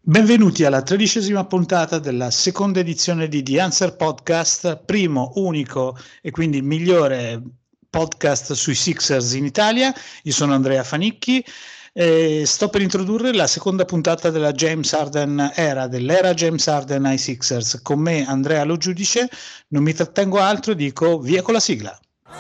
Benvenuti alla 13ª puntata della seconda edizione di The Answer Podcast, primo, unico e quindi migliore podcast sui Sixers in Italia. Io sono Andrea Fanicchi e sto per introdurre la seconda puntata della James Harden era, dell'era James Harden ai Sixers. Con me Andrea Lo Giudice, non mi trattengo altro, dico via con la sigla.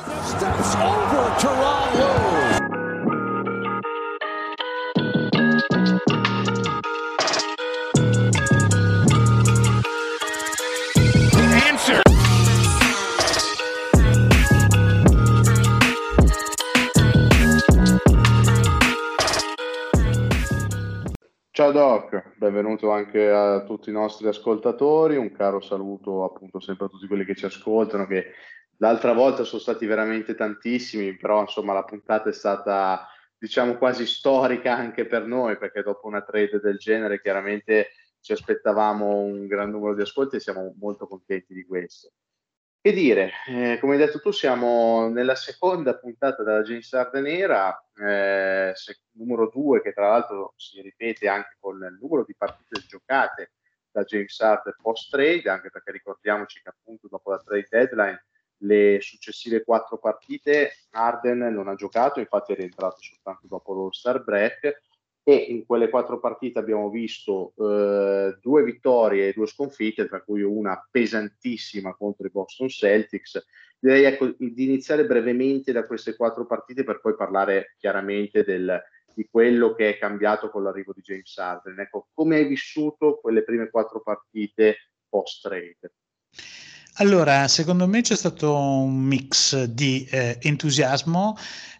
Ciao Doc, benvenuto anche a tutti i nostri ascoltatori, un caro saluto appunto sempre a tutti quelli che ci ascoltano, che l'altra volta sono stati veramente tantissimi, però insomma la puntata è stata diciamo quasi storica anche per noi, perché dopo una trade del genere chiaramente ci aspettavamo un gran numero di ascolti e siamo molto contenti di questo. Che dire, come hai detto tu, siamo nella seconda puntata della James Harden era, numero 2, che tra l'altro si ripete anche con il numero di partite giocate da James Harden post-trade, anche perché ricordiamoci che appunto dopo la trade deadline le successive 4 partite Harden non ha giocato, infatti è rientrato soltanto dopo l'All-Star break, e in quelle 4 partite abbiamo visto 2 vittorie e 2 sconfitte, tra cui una pesantissima contro i Boston Celtics. Direi ecco, di iniziare brevemente da queste 4 partite per poi parlare chiaramente di quello che è cambiato con l'arrivo di James Harden. Ecco, come hai vissuto quelle prime 4 partite post-trade? Allora, secondo me c'è stato un mix di entusiasmo,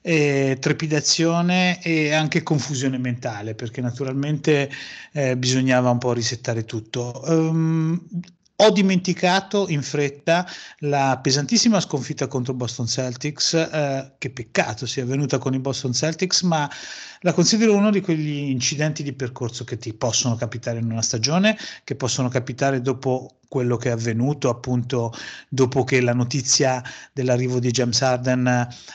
trepidazione e anche confusione mentale, perché naturalmente bisognava un po' risettare tutto. Ho dimenticato in fretta la pesantissima sconfitta contro Boston Celtics, che peccato sia avvenuta con i Boston Celtics, ma la considero uno di quegli incidenti di percorso che ti possono capitare in una stagione, che possono capitare dopo quello che è avvenuto, appunto dopo che la notizia dell'arrivo di James Harden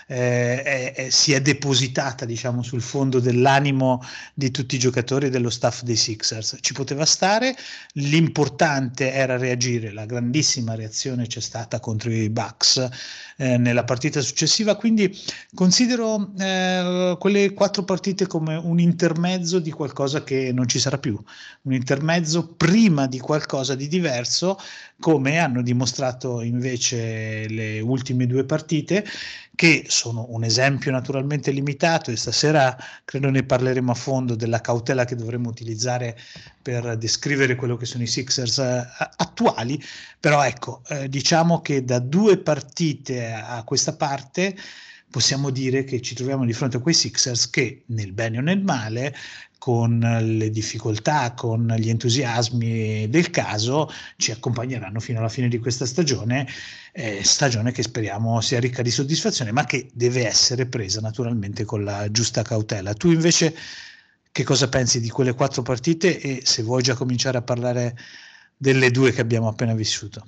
si è depositata, diciamo, sul fondo dell'animo di tutti i giocatori e dello staff dei Sixers. Ci poteva stare, l'importante era reagire, la grandissima reazione c'è stata contro i Bucks nella partita successiva, quindi considero quelle 4 partite come un intermezzo di qualcosa che non ci sarà più, un intermezzo prima di qualcosa di diverso, come hanno dimostrato invece le ultime 2 partite, che sono un esempio naturalmente limitato, e stasera credo ne parleremo a fondo della cautela che dovremmo utilizzare per descrivere quello che sono i Sixers attuali. Però ecco, diciamo che da 2 partite a questa parte possiamo dire che ci troviamo di fronte a quei Sixers che, nel bene o nel male, con le difficoltà, con gli entusiasmi del caso, ci accompagneranno fino alla fine di questa stagione che speriamo sia ricca di soddisfazione, ma che deve essere presa naturalmente con la giusta cautela. Tu invece che cosa pensi di quelle 4 partite, e se vuoi già cominciare a parlare delle 2 che abbiamo appena vissuto?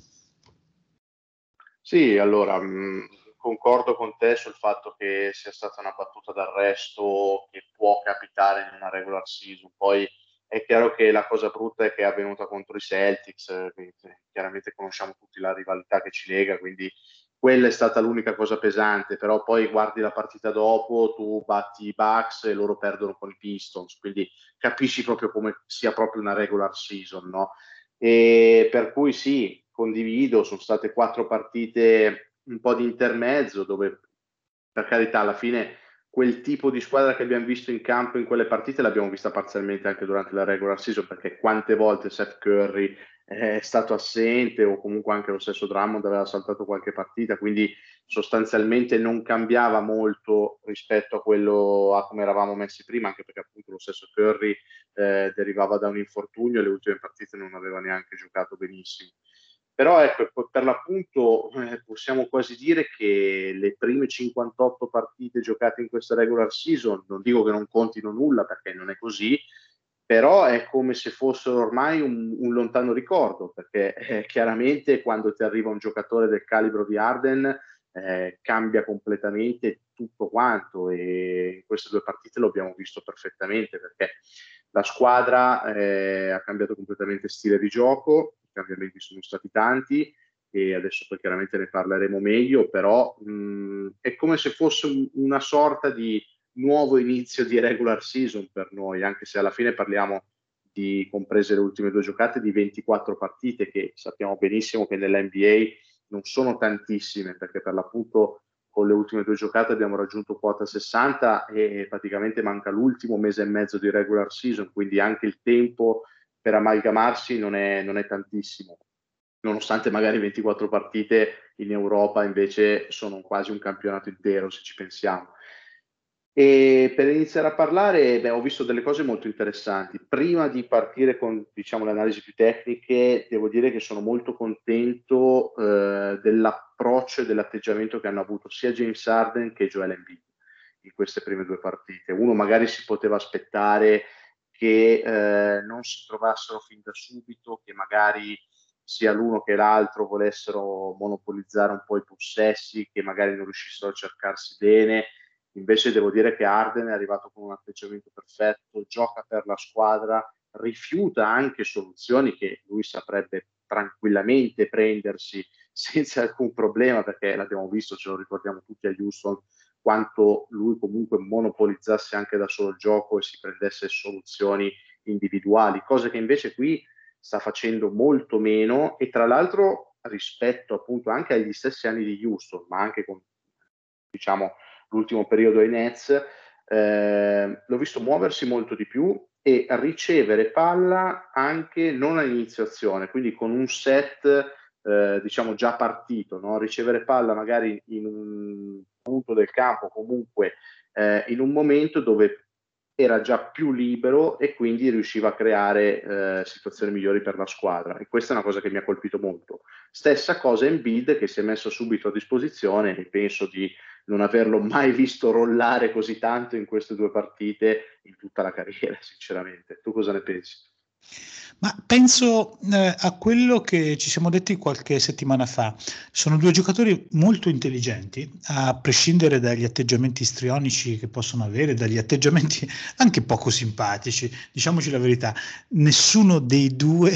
Sì, allora, concordo con te sul fatto che sia stata una battuta d'arresto che può capitare in una regular season. Poi è chiaro che la cosa brutta è che è avvenuta contro i Celtics, quindi chiaramente conosciamo tutti la rivalità che ci lega, quindi quella è stata l'unica cosa pesante, però poi guardi la partita dopo, tu batti i Bucks e loro perdono con i Pistons, quindi capisci proprio come sia proprio una regular season, no? E per cui sì, condivido, sono state 4 partite un po' di intermezzo dove, per carità, alla fine quel tipo di squadra che abbiamo visto in campo in quelle partite l'abbiamo vista parzialmente anche durante la regular season, perché quante volte Seth Curry è stato assente, o comunque anche lo stesso Drummond aveva saltato qualche partita, quindi sostanzialmente non cambiava molto rispetto a come eravamo messi prima, anche perché appunto lo stesso Curry derivava da un infortunio e le ultime partite non aveva neanche giocato benissimo. Però ecco, per l'appunto possiamo quasi dire che le prime 58 partite giocate in questa regular season, non dico che non contino nulla perché non è così, però è come se fossero ormai un lontano ricordo, perché chiaramente quando ti arriva un giocatore del calibro di Harden cambia completamente tutto quanto, e in queste 2 partite lo abbiamo visto perfettamente, perché La squadra ha cambiato completamente stile di gioco, i cambiamenti sono stati tanti e adesso poi chiaramente ne parleremo meglio, però è come se fosse una sorta di nuovo inizio di regular season per noi, anche se alla fine parliamo di, comprese le ultime 2 giocate, di 24 partite, che sappiamo benissimo che nella NBA non sono tantissime, perché per l'appunto con le ultime 2 giocate abbiamo raggiunto quota 60 e praticamente manca l'ultimo mese e mezzo di regular season, quindi anche il tempo per amalgamarsi non è tantissimo, nonostante magari 24 partite in Europa invece sono quasi un campionato intero, se ci pensiamo. E per iniziare a parlare, ho visto delle cose molto interessanti. Prima di partire con, diciamo, le analisi più tecniche, devo dire che sono molto contento dell'approccio e dell'atteggiamento che hanno avuto sia James Harden che Joel Embiid in queste prime 2 partite. Uno magari si poteva aspettare che non si trovassero fin da subito, che magari sia l'uno che l'altro volessero monopolizzare un po' i possessi, che magari non riuscissero a cercarsi bene. Invece devo dire che Harden è arrivato con un atteggiamento perfetto, gioca per la squadra, rifiuta anche soluzioni che lui saprebbe tranquillamente prendersi senza alcun problema, perché l'abbiamo visto, ce lo ricordiamo tutti a Houston, quanto lui comunque monopolizzasse anche da solo il gioco e si prendesse soluzioni individuali, cose che invece qui sta facendo molto meno, e tra l'altro rispetto appunto anche agli stessi anni di Houston, ma anche con, diciamo, l'ultimo periodo ai Nets, l'ho visto muoversi molto di più e ricevere palla anche non all'inizio azione, quindi con un set diciamo già partito, no? Ricevere palla magari in un punto del campo, comunque in un momento dove era già più libero e quindi riusciva a creare situazioni migliori per la squadra, e questa è una cosa che mi ha colpito molto. Stessa cosa Embiid, che si è messo subito a disposizione, e penso di non averlo mai visto rollare così tanto in queste 2 partite in tutta la carriera, sinceramente. Tu cosa ne pensi? Ma penso a quello che ci siamo detti qualche settimana fa. Sono 2 giocatori molto intelligenti, a prescindere dagli atteggiamenti istrionici che possono avere, dagli atteggiamenti anche poco simpatici, diciamoci la verità. Nessuno dei 2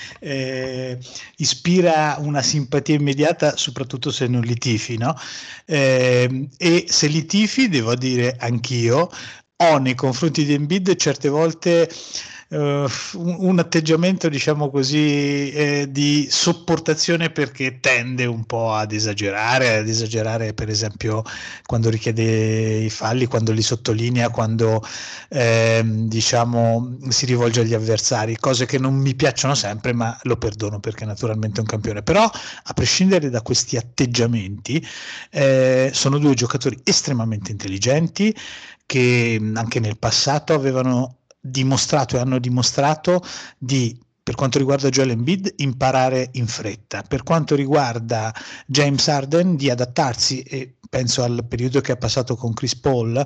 ispira una simpatia immediata, soprattutto se non li tifi, no? E se li tifi, devo dire anch'io, ho nei confronti di Embiid certe volte un atteggiamento, diciamo così, di sopportazione, perché tende un po' ad esagerare per esempio quando richiede i falli, quando li sottolinea, quando diciamo si rivolge agli avversari, cose che non mi piacciono sempre, ma lo perdono perché naturalmente è un campione. Però a prescindere da questi atteggiamenti sono 2 giocatori estremamente intelligenti, che anche nel passato avevano dimostrato e hanno dimostrato di, per quanto riguarda Joel Embiid, imparare in fretta, per quanto riguarda James Harden di adattarsi, e penso al periodo che ha passato con Chris Paul,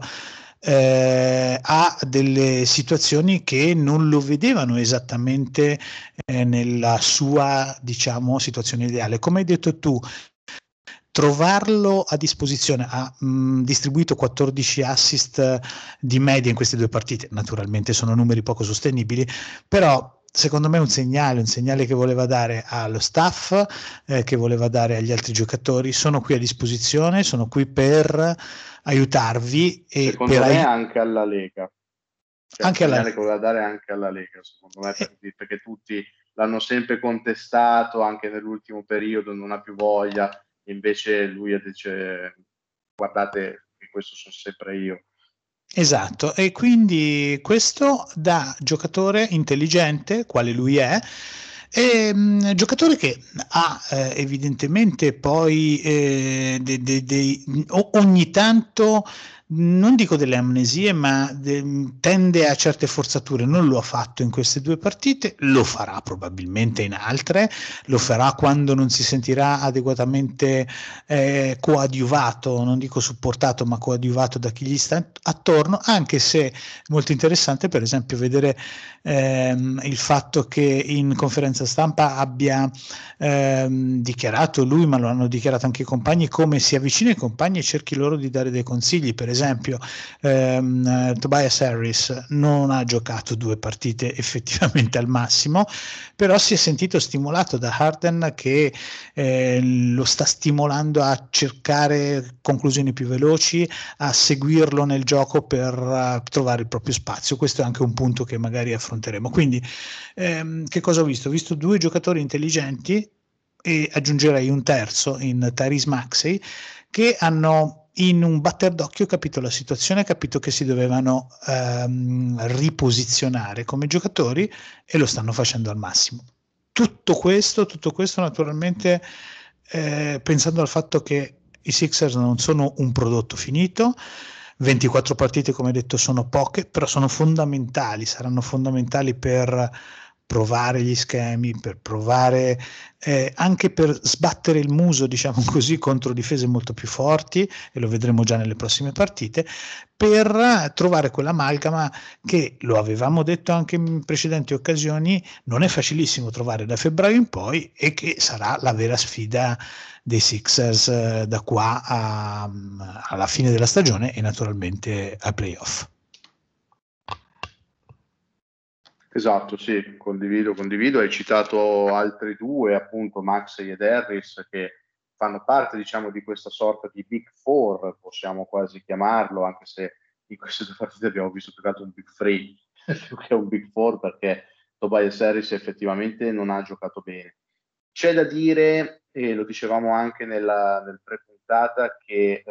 a delle situazioni che non lo vedevano esattamente nella sua, diciamo, situazione ideale. Come hai detto tu, trovarlo a disposizione, ha distribuito 14 assist di media in queste 2 partite, naturalmente sono numeri poco sostenibili, però secondo me è un segnale che voleva dare allo staff, che voleva dare agli altri giocatori: sono qui a disposizione, sono qui per aiutarvi e secondo per me anche alla Lega, cioè anche un alla segnale che voleva dare anche alla Lega, secondo me, perché tutti l'hanno sempre contestato, anche nell'ultimo periodo non ha più voglia, invece lui dice guardate che questo sono sempre io. Esatto, e quindi questo da giocatore intelligente, quale lui è, giocatore che ha evidentemente poi ogni tanto, non dico delle amnesie, ma tende a certe forzature. Non lo ha fatto in queste 2 partite, lo farà probabilmente in altre, lo farà quando non si sentirà adeguatamente coadiuvato, non dico supportato, ma coadiuvato da chi gli sta attorno, anche se è molto interessante per esempio vedere il fatto che in conferenza stampa abbia dichiarato lui, ma lo hanno dichiarato anche i compagni, come si avvicina ai compagni e cerchi loro di dare dei consigli. Per esempio esempio Tobias Harris non ha giocato 2 partite effettivamente al massimo, però si è sentito stimolato da Harden che lo sta stimolando a cercare conclusioni più veloci, a seguirlo nel gioco per trovare il proprio spazio. Questo è anche un punto che magari affronteremo. Quindi che cosa ho visto? Ho visto 2 giocatori intelligenti e aggiungerei un terzo in Tyrese Maxey, che hanno in un batter d'occhio capito la situazione, capito che si dovevano riposizionare come giocatori e lo stanno facendo al massimo. Tutto questo naturalmente pensando al fatto che i Sixers non sono un prodotto finito. 24 partite, come detto, sono poche, però sono fondamentali, saranno fondamentali per provare gli schemi, per provare anche per sbattere il muso, diciamo così, contro difese molto più forti, e lo vedremo già nelle prossime partite, per trovare quell'amalgama che, lo avevamo detto anche in precedenti occasioni, non è facilissimo trovare da febbraio in poi e che sarà la vera sfida dei Sixers da qua alla fine della stagione e naturalmente ai playoff. Esatto, sì, condivido. Hai citato altri 2, appunto Maxey ed Harris, che fanno parte, diciamo, di questa sorta di Big Four, possiamo quasi chiamarlo, anche se in queste 2 partite abbiamo visto più che altro un Big Three più che un Big Four, perché Tobias Harris effettivamente non ha giocato bene. C'è da dire, e lo dicevamo anche nel pre-puntata, che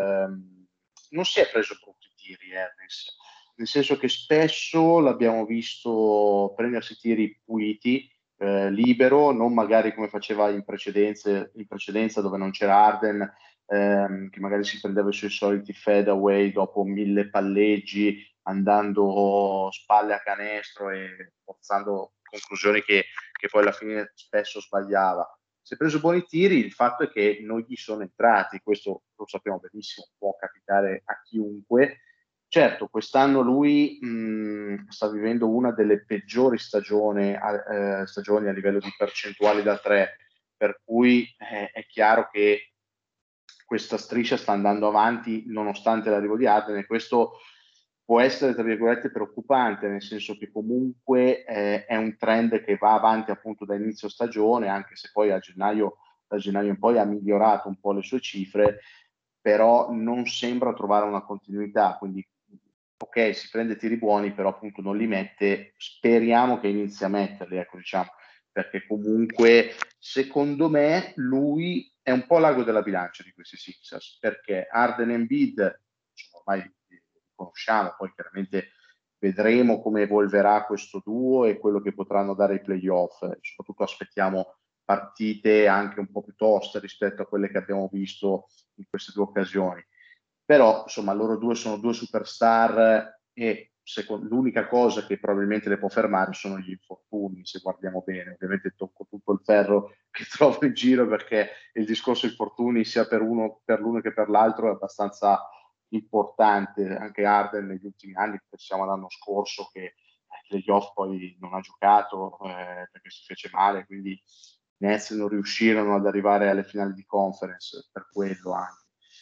non si è preso brutti tiri Harris, nel senso che spesso l'abbiamo visto prendersi tiri puliti, libero, non magari come faceva in precedenza dove non c'era Harden, che magari si prendeva i suoi soliti fadeaway dopo 1000 palleggi, andando spalle a canestro e forzando conclusioni che poi alla fine spesso sbagliava. Si è preso buoni tiri, il fatto è che non gli sono entrati, questo lo sappiamo benissimo, può capitare a chiunque. Certo, quest'anno lui sta vivendo una delle peggiori stagioni a livello di percentuali da 3, per cui è chiaro che questa striscia sta andando avanti nonostante l'arrivo di Harden, e questo può essere, tra virgolette, preoccupante, nel senso che comunque è un trend che va avanti appunto da inizio stagione, anche se poi da gennaio in poi ha migliorato un po' le sue cifre, però non sembra trovare una continuità, quindi ok, si prende tiri buoni, però appunto non li mette, speriamo che inizi a metterli, ecco, diciamo, perché comunque secondo me lui è un po' l'ago della bilancia di questi Sixers, perché Harden e Embiid, ormai li conosciamo, poi chiaramente vedremo come evolverà questo duo e quello che potranno dare i playoff, soprattutto aspettiamo partite anche un po' più toste rispetto a quelle che abbiamo visto in queste 2 occasioni. Però insomma loro 2 sono 2 superstar e l'unica cosa che probabilmente le può fermare sono gli infortuni, se guardiamo bene. Ovviamente tocco tutto il ferro che trovo in giro, perché il discorso infortuni sia per l'uno che per l'altro è abbastanza importante. Anche Harden negli ultimi anni, pensiamo all'anno scorso che negli off poi non ha giocato perché si fece male, quindi i Nets non riuscirono ad arrivare alle finali di conference per quello anche.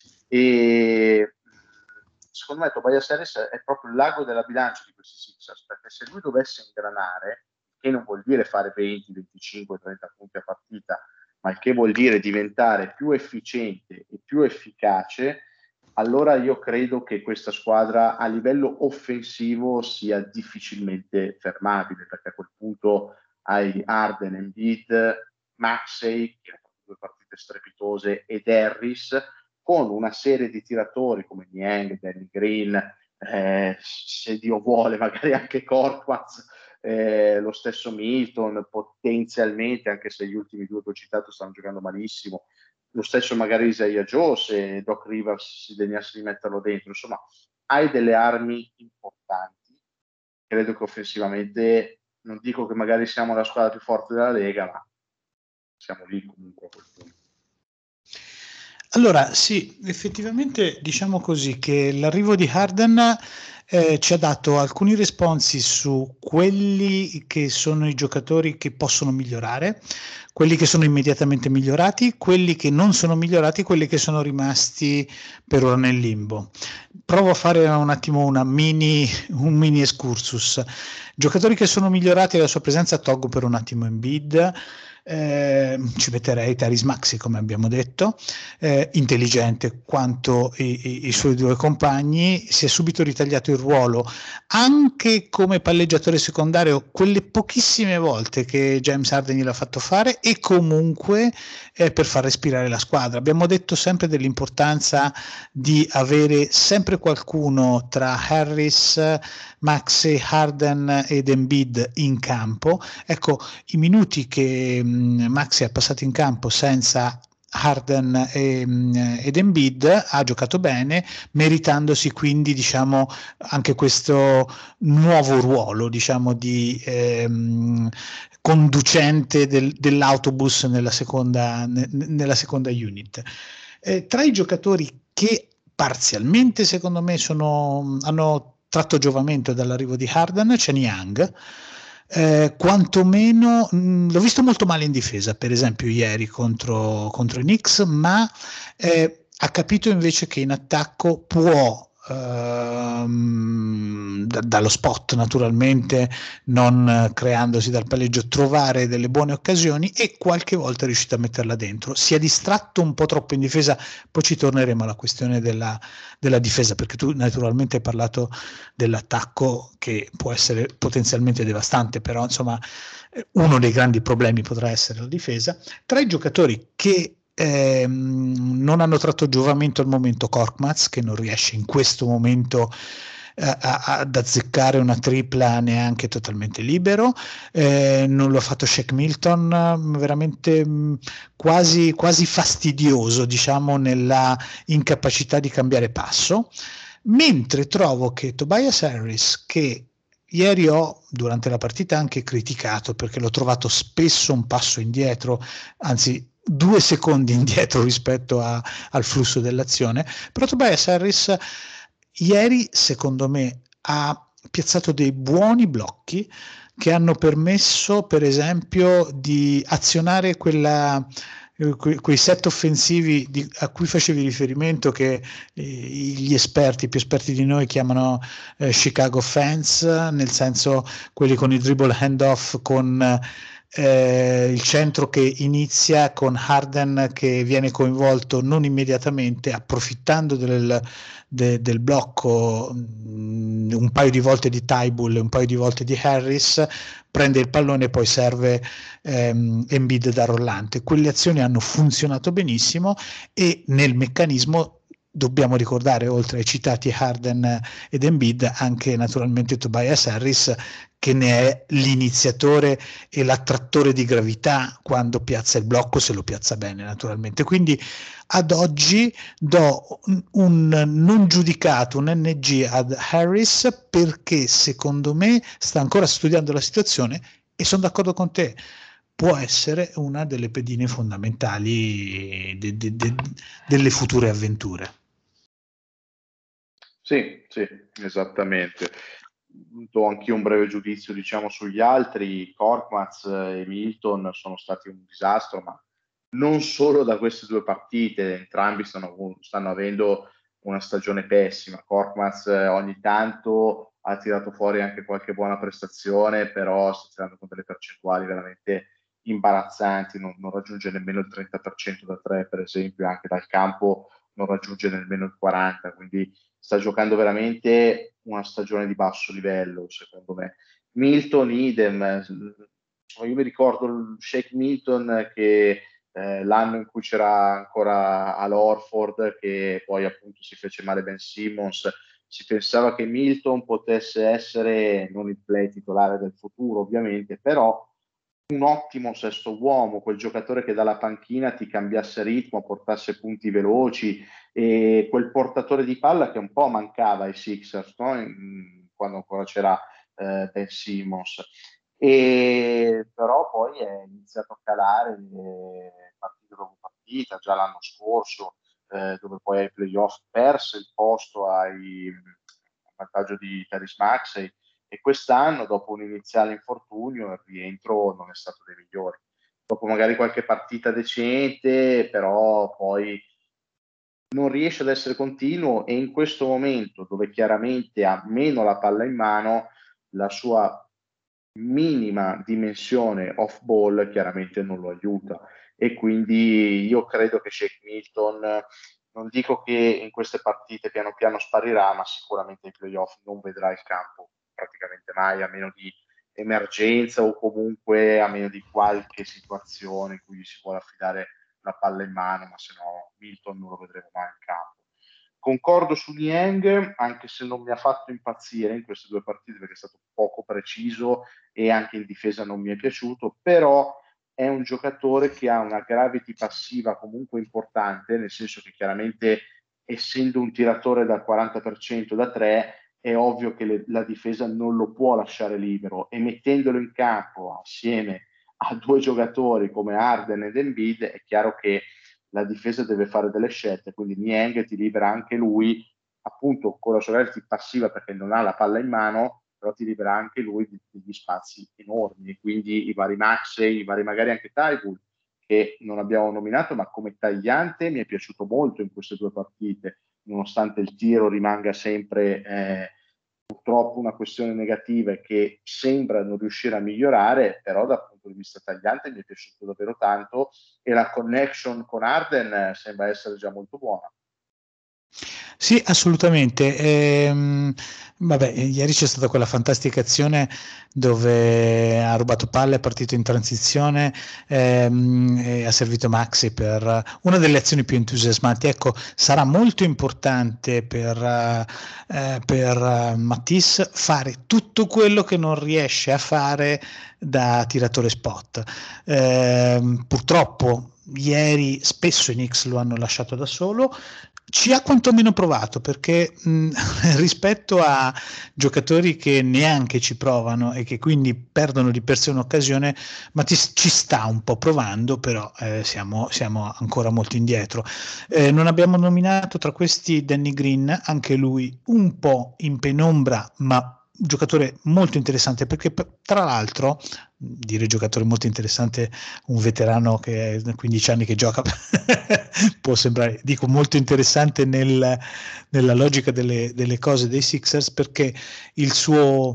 E secondo me Tobias Harris è proprio il l'ago della bilancia di questi Sixers, perché se lui dovesse ingranare, che non vuol dire fare 20, 25, 30 punti a partita, ma il che vuol dire diventare più efficiente e più efficace, allora io credo che questa squadra a livello offensivo sia difficilmente fermabile, perché a quel punto hai Harden, Embiid, Maxey, che ha fatto 2 partite strepitose, ed Harris, con una serie di tiratori come Niang, Danny Green, se Dio vuole magari anche Korkmaz, lo stesso Milton potenzialmente, anche se gli ultimi 2 che ho citato stanno giocando malissimo, lo stesso magari Isaiah Joe, se Doc Rivers si degnasse di metterlo dentro. Insomma, hai delle armi importanti. Credo che offensivamente, non dico che magari siamo la squadra più forte della Lega, ma siamo lì comunque a quel punto. Allora, sì, effettivamente diciamo così che l'arrivo di Harden ci ha dato alcuni responsi su quelli che sono i giocatori che possono migliorare, quelli che sono immediatamente migliorati, quelli che non sono migliorati, quelli che sono rimasti per ora nel limbo. Provo a fare un attimo un mini excursus. Giocatori che sono migliorati alla sua presenza, tolgo per un attimo Embiid, ci metterei Tyrese Maxey come abbiamo detto, intelligente quanto i suoi due compagni, si è subito ritagliato il ruolo anche come palleggiatore secondario quelle pochissime volte che James Harden gliel'ha fatto fare e comunque per far respirare la squadra. Abbiamo detto sempre dell'importanza di avere sempre qualcuno tra Harris, Maxey, Harden ed Embiid in campo. Ecco, i minuti che Maxey ha passato in campo senza Harden ed Embiid ha giocato bene, meritandosi quindi diciamo anche questo nuovo ruolo diciamo di conducente dell'autobus nella seconda unit. Tra i giocatori che parzialmente secondo me hanno tratto giovamento dall'arrivo di Harden c'è Niang, quantomeno l'ho visto molto male in difesa, per esempio ieri contro i Knicks, ma ha capito invece che in attacco può dallo spot naturalmente, non creandosi dal palleggio, trovare delle buone occasioni e qualche volta è riuscito a metterla dentro. Si è distratto un po' troppo in difesa, poi ci torneremo alla questione della difesa, perché tu naturalmente hai parlato dell'attacco che può essere potenzialmente devastante, però insomma uno dei grandi problemi potrà essere la difesa. Tra i giocatori che non hanno tratto giovamento al momento Korkmaz, che non riesce in questo momento ad azzeccare una tripla neanche totalmente libero, non lo ha fatto Shaq Milton, veramente quasi fastidioso diciamo nella incapacità di cambiare passo, mentre trovo che Tobias Harris, che ieri ho durante la partita anche criticato perché l'ho trovato spesso un passo indietro, anzi 2 secondi indietro rispetto al flusso dell'azione, però Tobias Harris ieri secondo me ha piazzato dei buoni blocchi che hanno permesso per esempio di azionare quei set offensivi a cui facevi riferimento che gli esperti, i più esperti di noi chiamano Chicago fans, nel senso quelli con il dribble handoff con il centro che inizia con Harden che viene coinvolto non immediatamente, approfittando del blocco un paio di volte di Tybull e un paio di volte di Harris, prende il pallone e poi serve Embiid da rollante. Quelle azioni hanno funzionato benissimo e nel meccanismo dobbiamo ricordare, oltre ai citati Harden ed Embiid, anche naturalmente Tobias Harris, che ne è l'iniziatore e l'attrattore di gravità quando piazza il blocco, se lo piazza bene naturalmente. Quindi ad oggi do un non giudicato, un NG ad Harris perché secondo me sta ancora studiando la situazione e sono d'accordo con te, può essere una delle pedine fondamentali delle future avventure. Sì, sì, esattamente. Do anch'io un breve giudizio, diciamo, sugli altri. Korkmaz e Milton sono stati un disastro, ma non solo da queste due partite, entrambi stanno avendo una stagione pessima. Korkmaz ogni tanto ha tirato fuori anche qualche buona prestazione, però sta tirando con delle percentuali veramente imbarazzanti, non raggiunge nemmeno il 30% da tre, per esempio, anche dal campo non raggiunge nemmeno il 40%, quindi sta giocando veramente una stagione di basso livello, secondo me. Milton, idem. Io mi ricordo il Shake Milton che l'anno in cui c'era ancora Al Horford, che poi appunto si fece male Ben Simmons, si pensava che Milton potesse essere non il play titolare del futuro, ovviamente, però un ottimo sesto uomo, quel giocatore che dalla panchina ti cambiasse ritmo, portasse punti veloci, e quel portatore di palla che un po' mancava ai Sixers, no? Quando ancora c'era Ben Simmons. E però poi è iniziato a calare partita dopo partita, già l'anno scorso dove poi ai playoff perse il posto a vantaggio di Tyrese Maxey, e quest'anno, dopo un iniziale infortunio, il rientro non è stato dei migliori. Dopo magari qualche partita decente, però poi non riesce ad essere continuo, e in questo momento, dove chiaramente ha meno la palla in mano, la sua minima dimensione off ball chiaramente non lo aiuta, e quindi io credo che Shake Milton, non dico che in queste partite piano piano sparirà, ma sicuramente ai playoff non vedrà il campo praticamente mai, a meno di emergenza o comunque a meno di qualche situazione in cui gli si vuole affidare la palla in mano, ma se no Milton non lo vedremo mai in campo. Concordo su Niang, anche se non mi ha fatto impazzire in queste due partite perché è stato poco preciso e anche in difesa non mi è piaciuto, però è un giocatore che ha una gravity passiva comunque importante, nel senso che chiaramente, essendo un tiratore dal 40% da 3, è ovvio che la difesa non lo può lasciare libero, e mettendolo in campo assieme a due giocatori come Harden ed Embiid è chiaro che la difesa deve fare delle scelte, quindi Niang ti libera anche lui, appunto con la sua gravity passiva perché non ha la palla in mano, però ti libera anche lui degli spazi enormi, quindi i vari Maxey, i vari magari anche Tybull, che non abbiamo nominato, ma come tagliante mi è piaciuto molto in queste due partite, nonostante il tiro rimanga sempre purtroppo una questione negativa e che sembra non riuscire a migliorare, però dal punto di vista tagliante mi è piaciuto davvero tanto, e la connection con Harden sembra essere già molto buona. Sì, assolutamente. Vabbè, ieri c'è stata quella fantastica azione dove ha rubato palla, è partito in transizione, e ha servito Maxi per una delle azioni più entusiasmanti. Ecco, sarà molto importante per Matisse fare tutto quello che non riesce a fare da tiratore spot. Purtroppo ieri spesso i Knicks lo hanno lasciato da solo. Ci ha quantomeno provato, perché rispetto a giocatori che neanche ci provano e che quindi perdono di per sé un'occasione, ma ci sta un po' provando, però siamo ancora molto indietro. Non abbiamo nominato tra questi Danny Green, anche lui un po' in penombra, ma giocatore molto interessante, perché tra l'altro, dire giocatore molto interessante, un veterano che ha 15 anni che gioca può sembrare, dico, molto interessante nella logica delle cose dei Sixers, perché il suo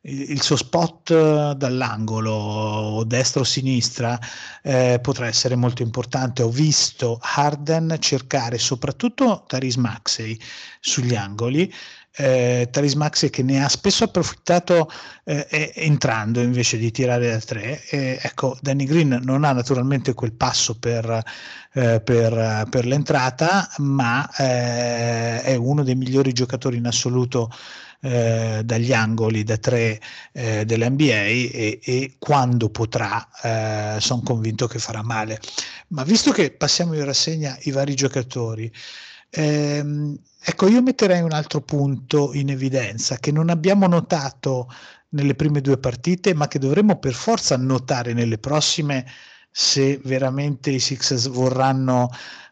spot dall'angolo destra o sinistra potrà essere molto importante. Ho visto Harden cercare soprattutto Tyrese Maxey sugli angoli, Tyrese Maxey che ne ha spesso approfittato entrando invece di tirare da tre. Ecco, Danny Green non ha naturalmente quel passo per l'entrata, ma è uno dei migliori giocatori in assoluto dagli angoli da tre dell'NBA, e quando potrà sono convinto che farà male. Ma visto che passiamo in rassegna i vari giocatori, ecco, io metterei un altro punto in evidenza che non abbiamo notato nelle prime due partite, ma che dovremmo per forza notare nelle prossime, se veramente i Sixers vorranno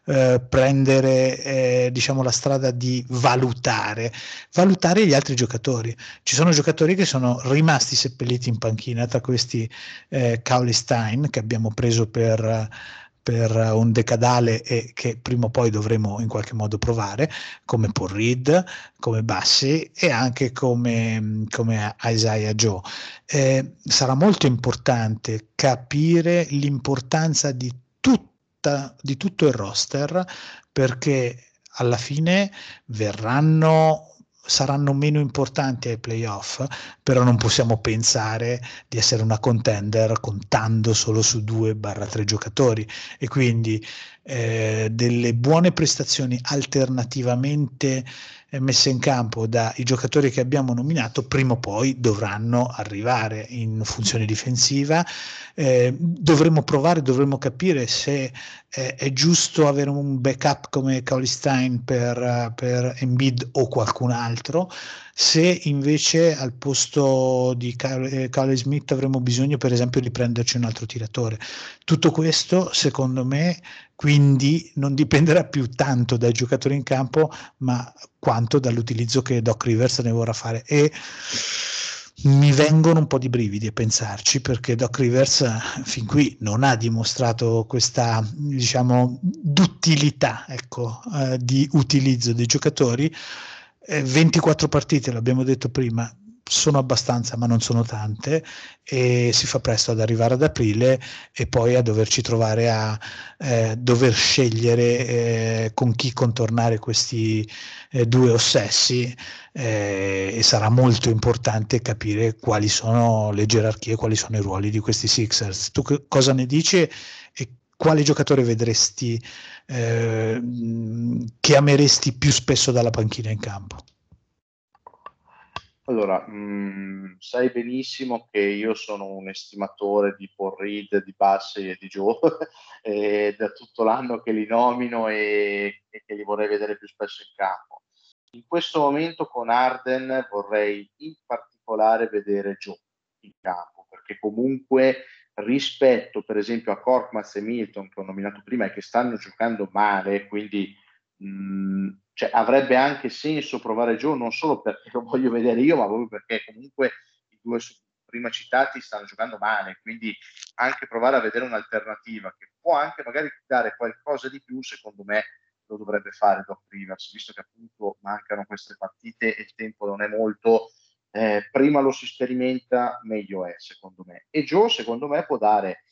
prendere diciamo la strada di valutare gli altri giocatori. Ci sono giocatori che sono rimasti seppelliti in panchina, tra questi Cauley Stein, che abbiamo preso per un decadale e che prima o poi dovremo in qualche modo provare, come Paul Reed, come Bassi e anche come Isaiah Joe. Sarà molto importante capire l'importanza di tutto il roster, perché alla fine saranno meno importanti ai playoff, però non possiamo pensare di essere una contender contando solo su 2-3 giocatori, e quindi delle buone prestazioni alternativamente messe in campo dai giocatori che abbiamo nominato prima o poi dovranno arrivare in funzione difensiva. Dovremmo capire se è giusto avere un backup come Cauley Stein per Embiid o qualcun altro, se invece al posto di Cale Smith avremo bisogno per esempio di prenderci un altro tiratore. Tutto questo secondo me quindi non dipenderà più tanto dai giocatori in campo ma quanto dall'utilizzo che Doc Rivers ne vorrà fare, e mi vengono un po' di brividi a pensarci, perché Doc Rivers fin qui non ha dimostrato questa, diciamo, duttilità, ecco, di utilizzo dei giocatori. 24 partite, l'abbiamo detto prima, sono abbastanza, ma non sono tante, e si fa presto ad arrivare ad aprile e poi a doverci trovare a dover scegliere con chi contornare questi due ossessi, e sarà molto importante capire quali sono le gerarchie, quali sono i ruoli di questi Sixers. Tu cosa ne dici e quale giocatore vedresti che ameresti più spesso dalla panchina in campo? Allora, sai benissimo che io sono un estimatore di Paul Reed, di Bassey e di Joe, e da tutto l'anno che li nomino e che li vorrei vedere più spesso in campo. In questo momento con Harden vorrei in particolare vedere Joe in campo, perché comunque rispetto per esempio a Korkmaz e Milton che ho nominato prima e che stanno giocando male, quindi cioè, avrebbe anche senso provare Joe non solo perché lo voglio vedere io, ma proprio perché comunque i due prima citati stanno giocando male, quindi anche provare a vedere un'alternativa che può anche magari dare qualcosa di più, secondo me lo dovrebbe fare Doc Rivers, visto che appunto mancano queste partite e il tempo non è molto, prima lo si sperimenta meglio è secondo me, e Joe secondo me può dare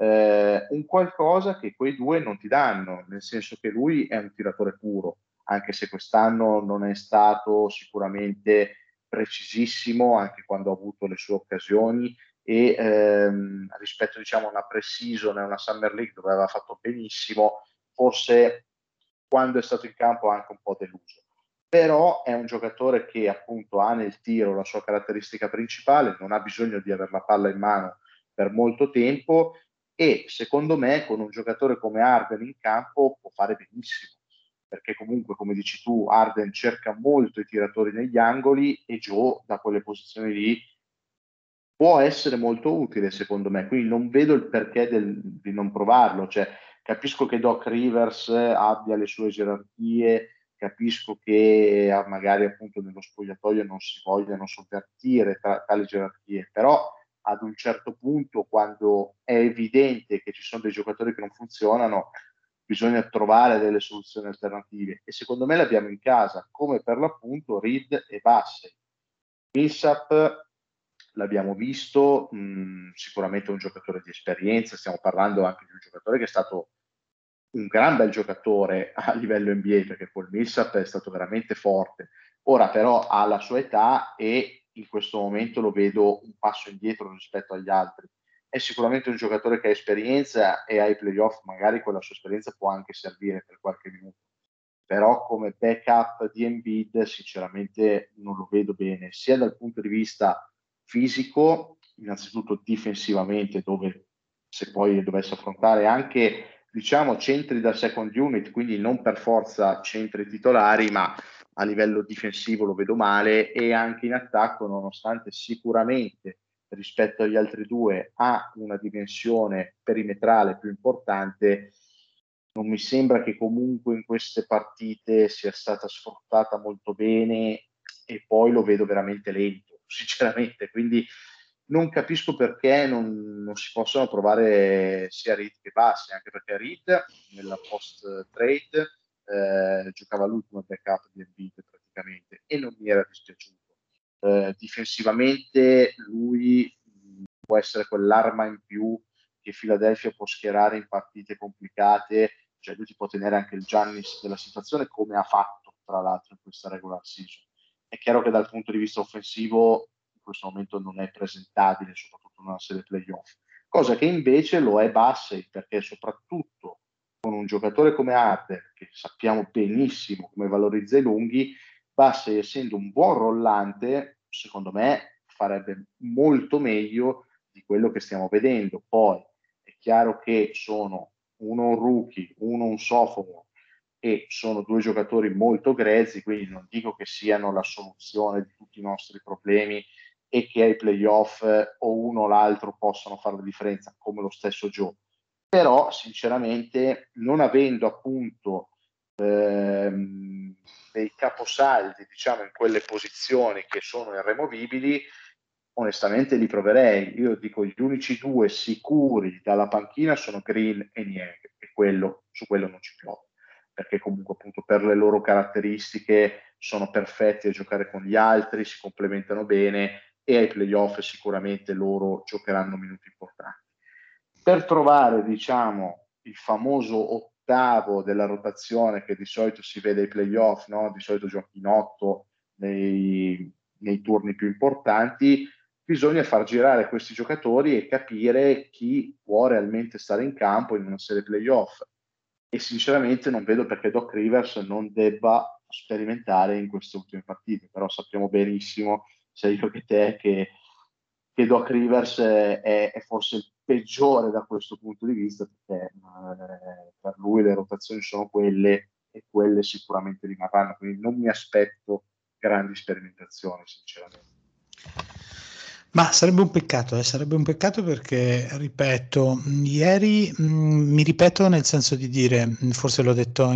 un qualcosa che quei due non ti danno, nel senso che lui è un tiratore puro, anche se quest'anno non è stato sicuramente precisissimo, anche quando ha avuto le sue occasioni, e rispetto diciamo a una pre-season e una Summer League dove aveva fatto benissimo, forse quando è stato in campo ha anche un po' deluso. Però è un giocatore che appunto ha nel tiro la sua caratteristica principale, non ha bisogno di avere la palla in mano per molto tempo, e secondo me con un giocatore come Harden in campo può fare benissimo, perché comunque come dici tu Harden cerca molto i tiratori negli angoli e Joe da quelle posizioni lì può essere molto utile secondo me, quindi non vedo il perché di non provarlo, cioè, capisco che Doc Rivers abbia le sue gerarchie, capisco che magari appunto nello spogliatoio non si vogliano sovvertire tali gerarchie, però ad un certo punto, quando è evidente che ci sono dei giocatori che non funzionano, bisogna trovare delle soluzioni alternative e secondo me le abbiamo in casa, come per l'appunto Reed e Bassey. Millsap l'abbiamo visto, sicuramente un giocatore di esperienza, stiamo parlando anche di un giocatore che è stato un gran bel giocatore a livello NBA, perché Paul Millsap è stato veramente forte. Ora però ha la sua età e in questo momento lo vedo un passo indietro rispetto agli altri. È sicuramente un giocatore che ha esperienza e ai playoff magari quella sua esperienza può anche servire per qualche minuto. Però come backup di Embiid sinceramente non lo vedo bene, sia dal punto di vista fisico, innanzitutto difensivamente, dove se poi dovesse affrontare anche diciamo centri da second unit, quindi non per forza centri titolari, ma a livello difensivo lo vedo male, e anche in attacco, nonostante sicuramente rispetto agli altri due ha una dimensione perimetrale più importante, non mi sembra che comunque in queste partite sia stata sfruttata molto bene e poi lo vedo veramente lento, sinceramente, quindi non capisco perché non si possono provare sia Reed che Bassi, anche perché Reed nella post trade giocava lui come backup di Embiid praticamente e non mi era dispiaciuto. Difensivamente lui può essere quell'arma in più che Philadelphia può schierare in partite complicate, cioè lui ti può tenere anche il Giannis della situazione come ha fatto tra l'altro in questa regular season. È chiaro che dal punto di vista offensivo in questo momento non è presentabile, soprattutto in una serie playoff, cosa che invece lo è Bassey, perché soprattutto con un giocatore come Harden, che sappiamo benissimo come valorizza i lunghi, Bassey essendo un buon rollante, secondo me farebbe molto meglio di quello che stiamo vedendo. Poi è chiaro che sono uno un rookie, uno un sophomore, e sono due giocatori molto grezzi, quindi non dico che siano la soluzione di tutti i nostri problemi e che ai playoff o uno o l'altro possono fare la differenza, come lo stesso Joe. Però sinceramente, non avendo appunto dei caposaldi, diciamo, in quelle posizioni che sono irremovibili, onestamente li proverei. Io dico gli unici due sicuri dalla panchina sono Green e Niang, e su quello non ci piove, perché comunque appunto per le loro caratteristiche sono perfetti a giocare con gli altri, si complementano bene e ai playoff sicuramente loro giocheranno minuti importanti. Per trovare, diciamo, il famoso ottavo della rotazione che di solito si vede ai playoff, no? Di solito giochi in 8 nei turni più importanti, bisogna far girare questi giocatori e capire chi può realmente stare in campo in una serie playoff. E sinceramente non vedo perché Doc Rivers non debba sperimentare in queste ultime partite, però sappiamo benissimo, sia io che te, che Doc Rivers è forse il peggiore da questo punto di vista, perché per lui le rotazioni sono quelle e quelle sicuramente rimarranno, quindi non mi aspetto grandi sperimentazioni, sinceramente. Ma sarebbe un peccato perché, ripeto, ieri mi ripeto nel senso di dire, forse l'ho detto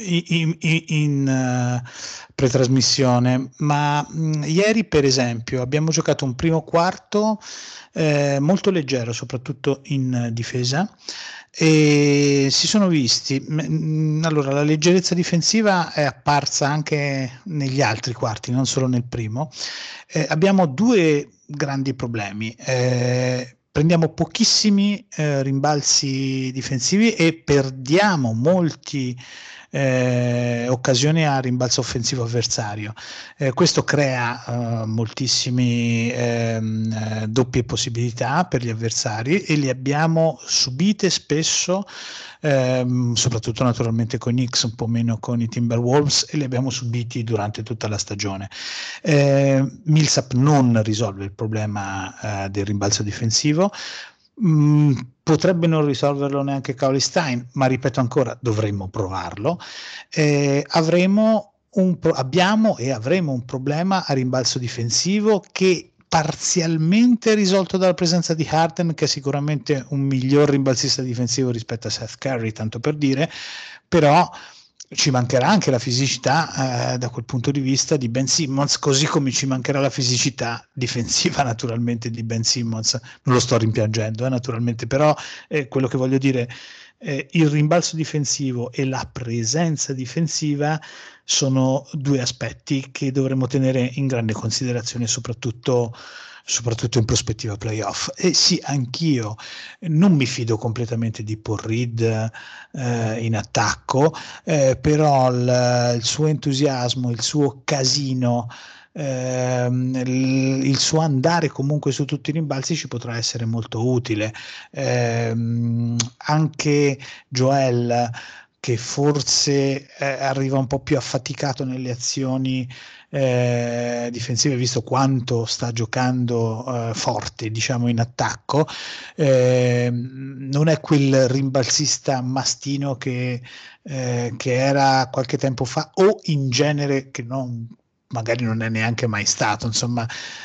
in pretrasmissione, ma ieri per esempio abbiamo giocato un primo quarto molto leggero, soprattutto in difesa, e si sono visti. Allora, la leggerezza difensiva è apparsa anche negli altri quarti, non solo nel primo. Abbiamo due grandi problemi. Prendiamo pochissimi rimbalzi difensivi e perdiamo molti occasioni a rimbalzo offensivo avversario. Questo crea moltissimi doppie possibilità per gli avversari e le abbiamo subite spesso, soprattutto naturalmente con i Knicks, un po' meno con i Timberwolves, e li abbiamo subiti durante tutta la stagione. Millsap non risolve il problema del rimbalzo difensivo. Potrebbe non risolverlo neanche Cauley Stein, ma ripeto ancora, dovremmo provarlo. Abbiamo e avremo un problema a rimbalzo difensivo che parzialmente è risolto dalla presenza di Harden, che è sicuramente un miglior rimbalzista difensivo rispetto a Seth Curry, tanto per dire, però ci mancherà anche la fisicità da quel punto di vista di Ben Simmons, così come ci mancherà la fisicità difensiva naturalmente di Ben Simmons. Non lo sto rimpiangendo naturalmente, però quello che voglio dire, il rimbalzo difensivo e la presenza difensiva sono due aspetti che dovremmo tenere in grande considerazione, soprattutto in prospettiva playoff. E sì, anch'io non mi fido completamente di Paul Reed in attacco, però il suo entusiasmo, il suo casino, il suo andare comunque su tutti i rimbalzi ci potrà essere molto utile. Anche Joel, che forse arriva un po' più affaticato nelle azioni difensive, visto quanto sta giocando forte, diciamo, in attacco, non è quel rimbalzista mastino che era qualche tempo fa, o in genere che magari non è neanche mai stato, insomma.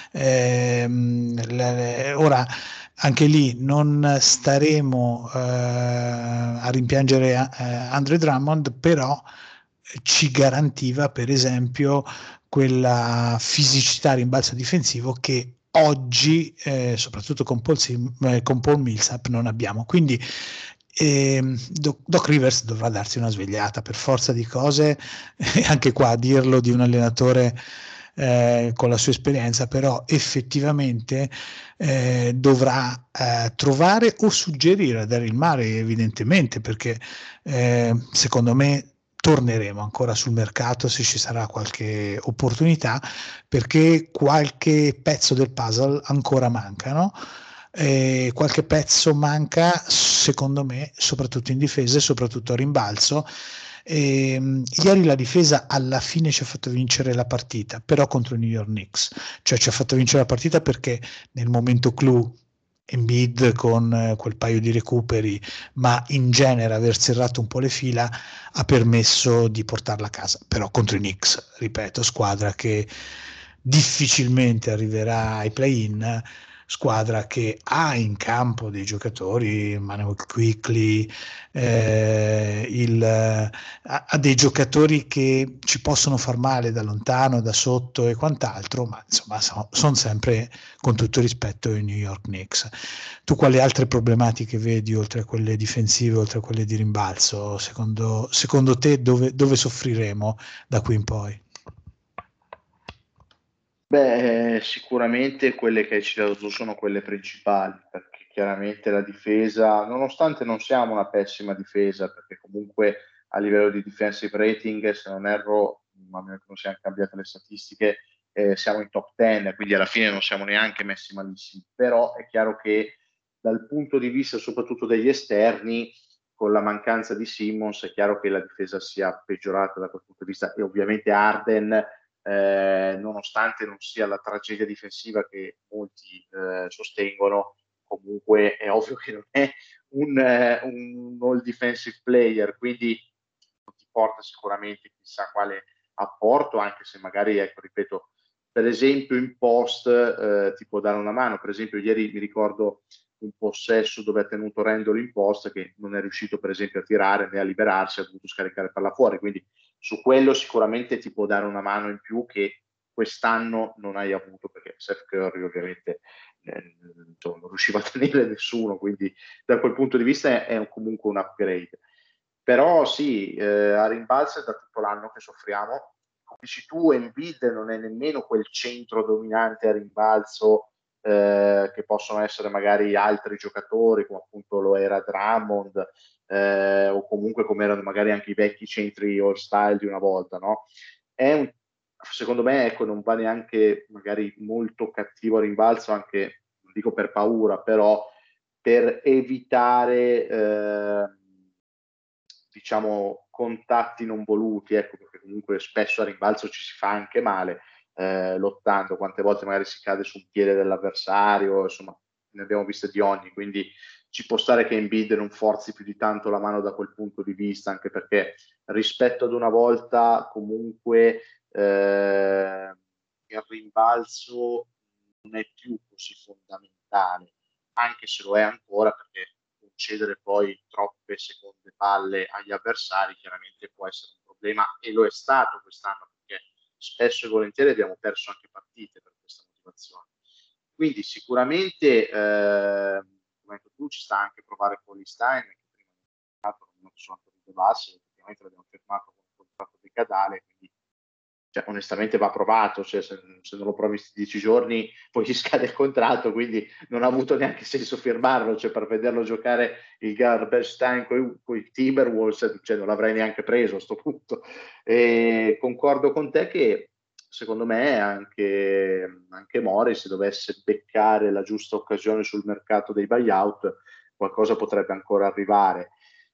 Ora anche lì non staremo a rimpiangere Andre Drummond, però ci garantiva per esempio quella fisicità a rimbalzo difensivo che oggi, soprattutto con Paul Millsap, non abbiamo. Quindi Doc Rivers dovrà darsi una svegliata per forza di cose, anche qua a dirlo di un allenatore con la sua esperienza, però effettivamente dovrà trovare o suggerire a Daryl Morey, evidentemente, perché secondo me torneremo ancora sul mercato se ci sarà qualche opportunità, perché qualche pezzo del puzzle ancora manca, no? Qualche pezzo manca, secondo me, soprattutto in difesa e soprattutto a rimbalzo. Ieri la difesa alla fine ci ha fatto vincere la partita, però contro i New York Knicks, cioè ci ha fatto vincere la partita perché nel momento clou Embiid con quel paio di recuperi, ma in genere aver serrato un po' le fila ha permesso di portarla a casa. Però contro i Knicks, ripeto, squadra che difficilmente arriverà ai play-in, squadra che ha in campo dei giocatori, Manuel Quickley, ha dei giocatori che ci possono far male da lontano, da sotto e quant'altro, ma insomma sono sempre, con tutto rispetto, i New York Knicks. Tu quali altre problematiche vedi, oltre a quelle difensive, oltre a quelle di rimbalzo? Secondo te dove soffriremo da qui in poi? Beh, sicuramente quelle che hai citato tu sono quelle principali, perché chiaramente la difesa, nonostante non siamo una pessima difesa, perché comunque a livello di defensive rating, se non erro, a meno che non siano cambiate le statistiche, siamo in top 10, quindi alla fine non siamo neanche messi malissimo, però è chiaro che dal punto di vista soprattutto degli esterni, con la mancanza di Simmons, è chiaro che la difesa sia peggiorata da quel punto di vista, e ovviamente Harden, nonostante non sia la tragedia difensiva che molti sostengono, comunque è ovvio che non è un all defensive player, quindi non ti porta sicuramente chissà quale apporto, anche se magari, ecco, ripeto, per esempio in post ti può dare una mano. Per esempio ieri mi ricordo un possesso dove ha tenuto Randall in post, che non è riuscito per esempio a tirare né a liberarsi, ha dovuto scaricare palla fuori, quindi su quello sicuramente ti può dare una mano in più che quest'anno non hai avuto, perché Seth Curry ovviamente insomma, non riusciva a tenere nessuno, quindi da quel punto di vista è comunque un upgrade. Però sì, a rimbalzo è da tutto l'anno che soffriamo. Come dici tu, Embiid non è nemmeno quel centro dominante a rimbalzo che possono essere magari altri giocatori, come appunto lo era Drummond, o comunque come erano magari anche i vecchi centri all style di una volta, no? Secondo me, ecco, non va neanche magari molto cattivo a rimbalzo, anche, non dico per paura, però per evitare diciamo contatti non voluti, ecco, perché comunque spesso a rimbalzo ci si fa anche male, lottando, quante volte magari si cade sul piede dell'avversario, insomma ne abbiamo viste di ogni, quindi ci può stare che Embiid non forzi più di tanto la mano da quel punto di vista, anche perché rispetto ad una volta comunque il rimbalzo non è più così fondamentale, anche se lo è ancora, perché concedere poi troppe seconde palle agli avversari chiaramente può essere un problema, e lo è stato quest'anno, perché spesso e volentieri abbiamo perso anche partite per questa motivazione. Quindi sicuramente come tu ci sta anche provare con Stein, che prima non sono ancora di basse, effettivamente l'abbiamo fermato con un contratto decadale, quindi cioè, onestamente va provato, cioè, se non lo provi 10 giorni poi gli scade il contratto, quindi non ha avuto neanche senso firmarlo, cioè, per vederlo giocare il garbage time con i Timberwolves, cioè, non l'avrei neanche preso a sto punto. E concordo con te che secondo me anche Morris, se dovesse beccare la giusta occasione sul mercato dei buyout, qualcosa potrebbe ancora arrivare.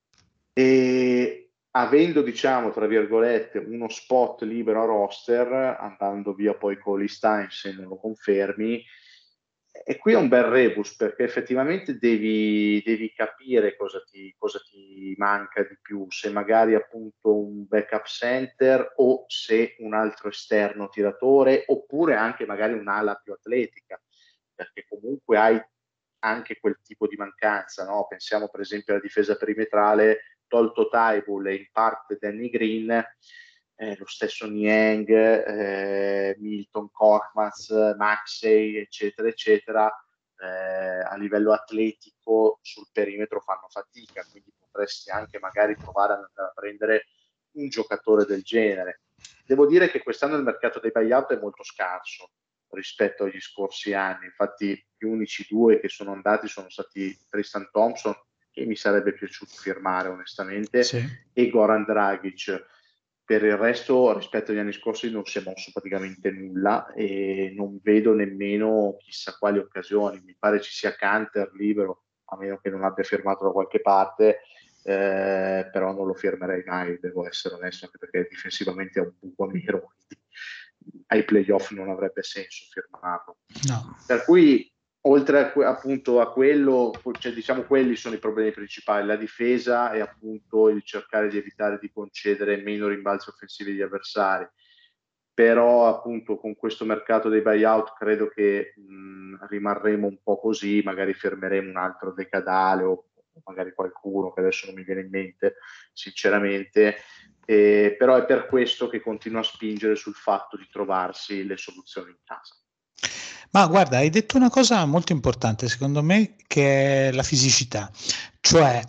E avendo, diciamo, tra virgolette, uno spot libero a roster, andando via poi con Stein se non lo confermi, e qui è un bel rebus, perché effettivamente devi capire cosa ti manca di più, se magari appunto un backup center o se un altro esterno tiratore, oppure anche magari un'ala più atletica, perché comunque hai anche quel tipo di mancanza, no? Pensiamo per esempio alla difesa perimetrale, tolto Taibull e in parte Danny Green, lo stesso Niang, Milton, Korkmaz, Maxey, eccetera, eccetera, a livello atletico sul perimetro fanno fatica, quindi potresti anche magari provare ad andare a prendere un giocatore del genere. Devo dire che quest'anno il mercato dei buyout è molto scarso rispetto agli scorsi anni, infatti gli unici due che sono andati sono stati Tristan Thompson, che mi sarebbe piaciuto firmare onestamente, Sì. e Goran Dragic. Per il resto, rispetto agli anni scorsi, non si è mosso praticamente nulla e non vedo nemmeno chissà quali occasioni. Mi pare ci sia Canter libero, a meno che non abbia firmato da qualche parte, però non lo firmerei mai, devo essere onesto, anche perché difensivamente è un buco nero, quindi ai playoff non avrebbe senso firmarlo. No. Per cui oltre appunto a quello, cioè, diciamo quelli sono i problemi principali, la difesa e appunto il cercare di evitare di concedere meno rimbalzi offensivi agli avversari. Però appunto con questo mercato dei buyout credo che rimarremo un po' così, magari fermeremo un altro decadale o magari qualcuno che adesso non mi viene in mente sinceramente, però è per questo che continuo a spingere sul fatto di trovarsi le soluzioni in casa. Ma guarda, hai detto una cosa molto importante secondo me, che è la fisicità. Cioè,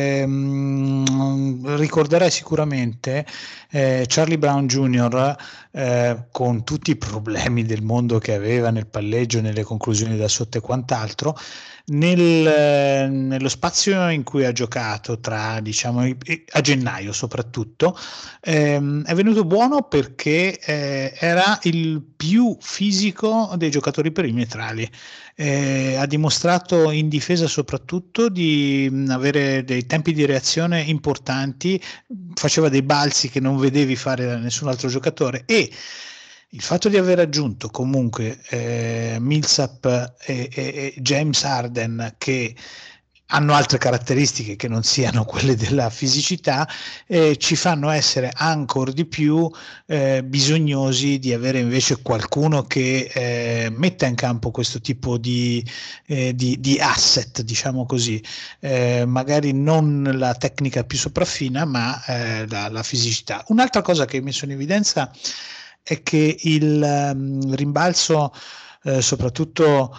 ricorderai sicuramente Charlie Brown Jr., con tutti i problemi del mondo che aveva nel palleggio, nelle conclusioni da sotto e quant'altro, nello spazio in cui ha giocato, diciamo, a gennaio soprattutto, è venuto buono perché era il più fisico dei giocatori perimetrali. Ha dimostrato in difesa soprattutto di avere dei tempi di reazione importanti, faceva dei balzi che non vedevi fare da nessun altro giocatore, e il fatto di aver aggiunto comunque Millsap e James Harden, che hanno altre caratteristiche che non siano quelle della fisicità, ci fanno essere ancora di più bisognosi di avere invece qualcuno che metta in campo questo tipo di asset, diciamo così, magari non la tecnica più sopraffina, ma la fisicità. Un'altra cosa che ho messo in evidenza è che il rimbalzo, soprattutto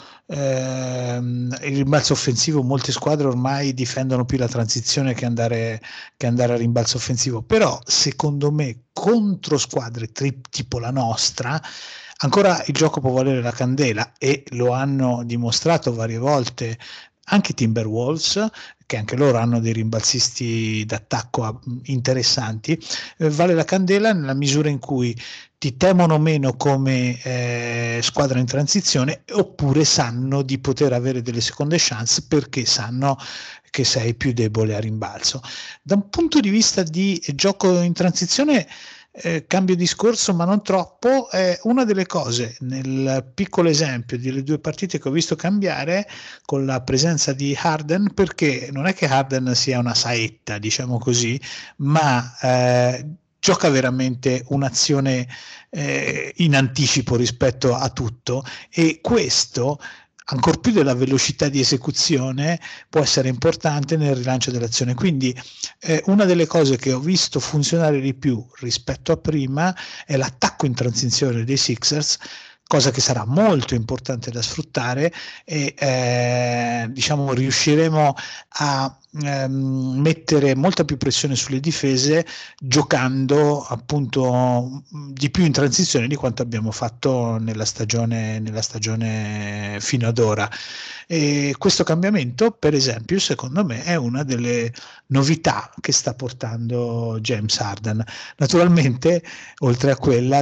il rimbalzo offensivo, molte squadre ormai difendono più la transizione che andare a rimbalzo offensivo, però secondo me contro squadre tipo la nostra ancora il gioco può valere la candela, e lo hanno dimostrato varie volte anche i Timberwolves, che anche loro hanno dei rimbalzisti d'attacco interessanti. Vale la candela nella misura in cui ti temono meno come squadra in transizione, oppure sanno di poter avere delle seconde chance perché sanno che sei più debole a rimbalzo. Da un punto di vista di gioco in transizione, cambio discorso ma non troppo, una delle cose nel piccolo esempio delle due partite che ho visto cambiare con la presenza di Harden, perché non è che Harden sia una saetta, diciamo così, ma gioca veramente un'azione in anticipo rispetto a tutto, e questo ancor più della velocità di esecuzione può essere importante nel rilancio dell'azione. Quindi una delle cose che ho visto funzionare di più rispetto a prima è l'attacco in transizione dei Sixers, cosa che sarà molto importante da sfruttare, e diciamo riusciremo a mettere molta più pressione sulle difese, giocando appunto di più in transizione di quanto abbiamo fatto nella stagione fino ad ora. E questo cambiamento, per esempio, secondo me è una delle novità che sta portando James Harden. Naturalmente, oltre a quella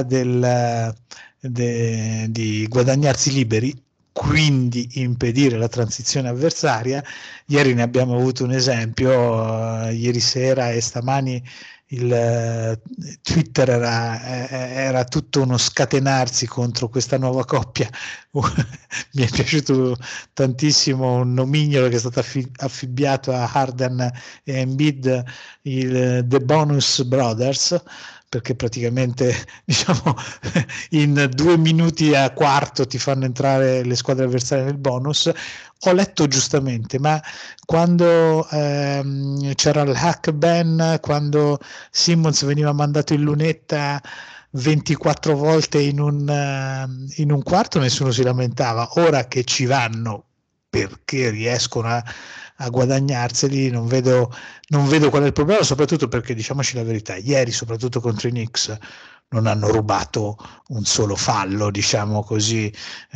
di guadagnarsi liberi, quindi impedire la transizione avversaria. Ieri ne abbiamo avuto un esempio, ieri sera e stamani Twitter era tutto uno scatenarsi contro questa nuova coppia. Mi è piaciuto tantissimo un nomignolo che è stato affibbiato a Harden e Embiid, The Bonus Brothers, perché praticamente diciamo in 2 minuti a quarto ti fanno entrare le squadre avversarie nel bonus. Ho letto giustamente, ma quando c'era il hack ban, quando Simmons veniva mandato in lunetta 24 volte in un quarto, nessuno si lamentava. Ora che ci vanno perché riescono a guadagnarseli, non vedo qual è il problema, soprattutto perché, diciamoci la verità, ieri soprattutto contro i Knicks non hanno rubato un solo fallo, diciamo così,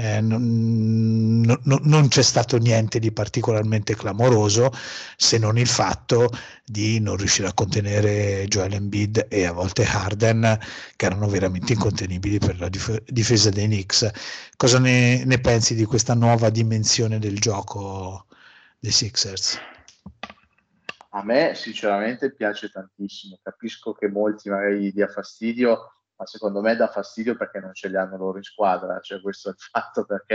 non c'è stato niente di particolarmente clamoroso, se non il fatto di non riuscire a contenere Joel Embiid e a volte Harden, che erano veramente incontenibili per la difesa dei Knicks. Cosa ne pensi di questa nuova dimensione del gioco dei Sixers? A me sinceramente piace tantissimo, capisco che molti magari gli dia fastidio, ma secondo me dà fastidio perché non ce li hanno loro in squadra, cioè questo è il fatto, perché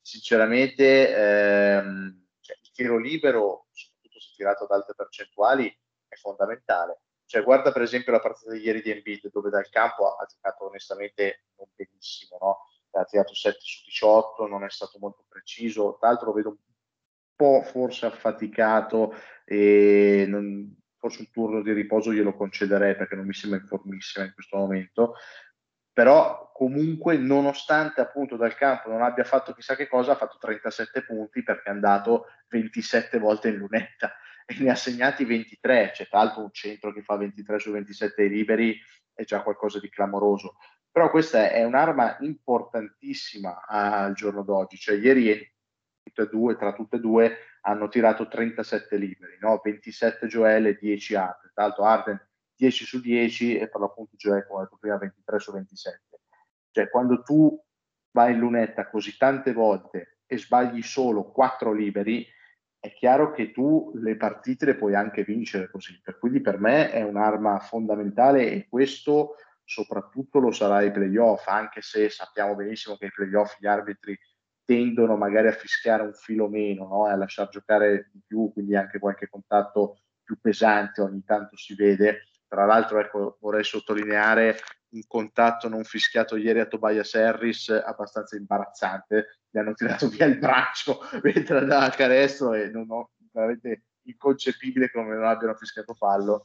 sinceramente cioè, il tiro libero, soprattutto se tirato ad alte percentuali, è fondamentale. Cioè, guarda per esempio la partita di ieri di Embiid, dove dal campo ha giocato onestamente non benissimo, no? Ha tirato 7 su 18, non è stato molto preciso, tra l'altro lo vedo un po' forse affaticato e forse un turno di riposo glielo concederei perché non mi sembra in formissima in questo momento, però comunque nonostante appunto dal campo non abbia fatto chissà che cosa, ha fatto 37 punti perché è andato 27 volte in lunetta e ne ha segnati 23, c'è tra l'altro un centro che fa 23 su 27 liberi, è già qualcosa di clamoroso. Però questa è un'arma importantissima al giorno d'oggi, cioè ieri tra tutte e due hanno tirato 37 liberi, no? 27 Joel e 10 Harden, tra l'altro Harden 10 su 10 e per l'appunto Joel, come ho detto prima, 23 su 27. Cioè quando tu vai in lunetta così tante volte e sbagli solo 4 liberi, è chiaro che tu le partite le puoi anche vincere così, quindi per me è un'arma fondamentale e questo soprattutto lo sarà ai playoff, anche se sappiamo benissimo che ai playoff gli arbitri tendono magari a fischiare un filo meno, no? E a lasciar giocare di più, quindi anche qualche contatto più pesante ogni tanto si vede. Tra l'altro, ecco, vorrei sottolineare un contatto non fischiato ieri a Tobias Harris abbastanza imbarazzante, gli hanno tirato via il braccio mentre andava a canestro e non ho veramente inconcepibile come non abbiano fischiato fallo.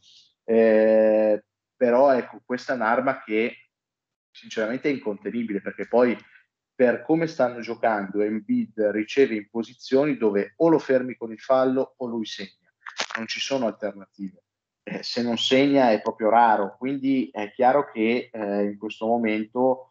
Però ecco, questa è un'arma che sinceramente è incontenibile perché poi per come stanno giocando Embiid riceve in posizioni dove o lo fermi con il fallo o lui segna, non ci sono alternative. Se non segna è proprio raro, quindi è chiaro che in questo momento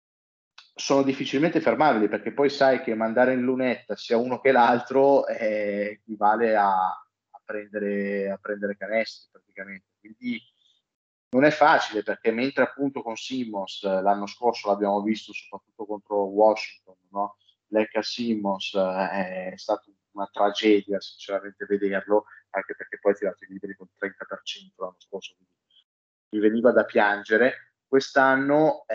sono difficilmente fermabili perché poi sai che mandare in lunetta sia uno che l'altro equivale a prendere canestri praticamente. Quindi non è facile perché mentre appunto con Simmons l'anno scorso l'abbiamo visto soprattutto contro Washington, no? Lecca Simmons è stata una tragedia sinceramente vederlo, anche perché poi ha tirato i liberi con 30% l'anno scorso, quindi mi veniva da piangere. Quest'anno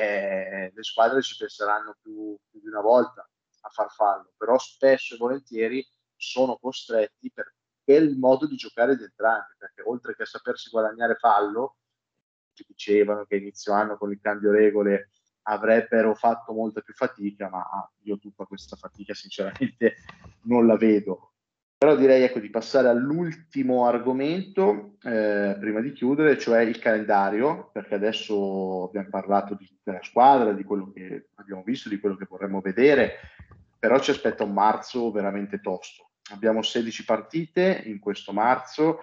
le squadre ci penseranno più di una volta a far fallo, però spesso e volentieri sono costretti per il modo di giocare di entrambi, perché oltre che a sapersi guadagnare fallo, ci dicevano che inizio anno con il cambio regole avrebbero fatto molta più fatica, ma io tutta questa fatica sinceramente non la vedo. Però direi ecco, di passare all'ultimo argomento prima di chiudere, cioè il calendario, perché adesso abbiamo parlato della squadra, di quello che abbiamo visto, di quello che vorremmo vedere, però ci aspetta un marzo veramente tosto. Abbiamo 16 partite in questo marzo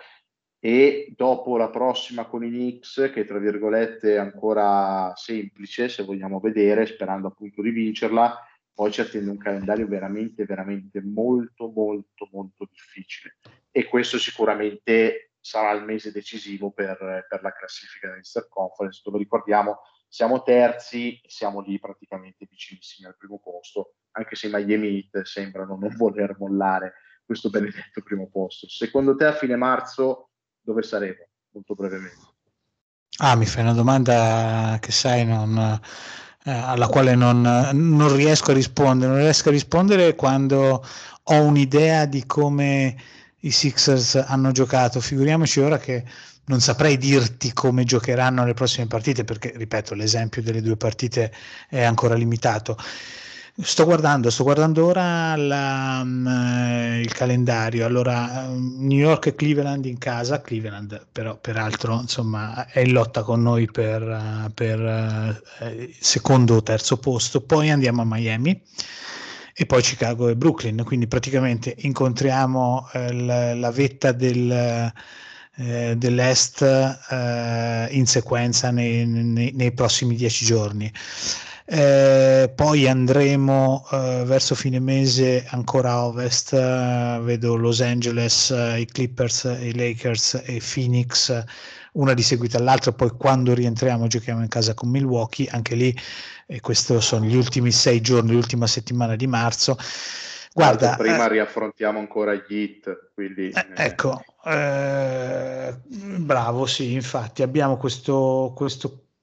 e dopo la prossima con i Knicks, che tra virgolette è ancora semplice se vogliamo vedere, sperando appunto di vincerla, poi ci attende un calendario veramente, veramente molto, molto, molto difficile. E questo sicuramente sarà il mese decisivo per la classifica dell'Eastern Conference, dove ricordiamo siamo terzi e siamo lì praticamente vicinissimi al primo posto, anche se i Miami Heat sembrano non voler mollare questo benedetto primo posto. Secondo te a fine marzo dove saremo? Molto brevemente. Mi fai una domanda che sai alla quale non riesco a rispondere. Non riesco a rispondere quando ho un'idea di come i Sixers hanno giocato. Figuriamoci ora che non saprei dirti come giocheranno le prossime partite, perché, ripeto, l'esempio delle 2 partite è ancora limitato. Sto guardando ora il calendario. Allora, New York e Cleveland in casa. Cleveland, però, peraltro, insomma, è in lotta con noi per secondo o terzo posto. Poi andiamo a Miami e poi Chicago e Brooklyn. Quindi praticamente incontriamo la vetta dell'Est in sequenza nei prossimi 10 giorni. Poi andremo verso fine mese ancora a ovest, vedo Los Angeles, i Clippers, i Lakers e Phoenix, una di seguito all'altra. Poi quando rientriamo giochiamo in casa con Milwaukee, anche lì, e questi sono gli ultimi 6 giorni, l'ultima settimana di marzo. Guarda, prima riaffrontiamo ancora gli Heat, quindi ecco, bravo, sì, infatti abbiamo questo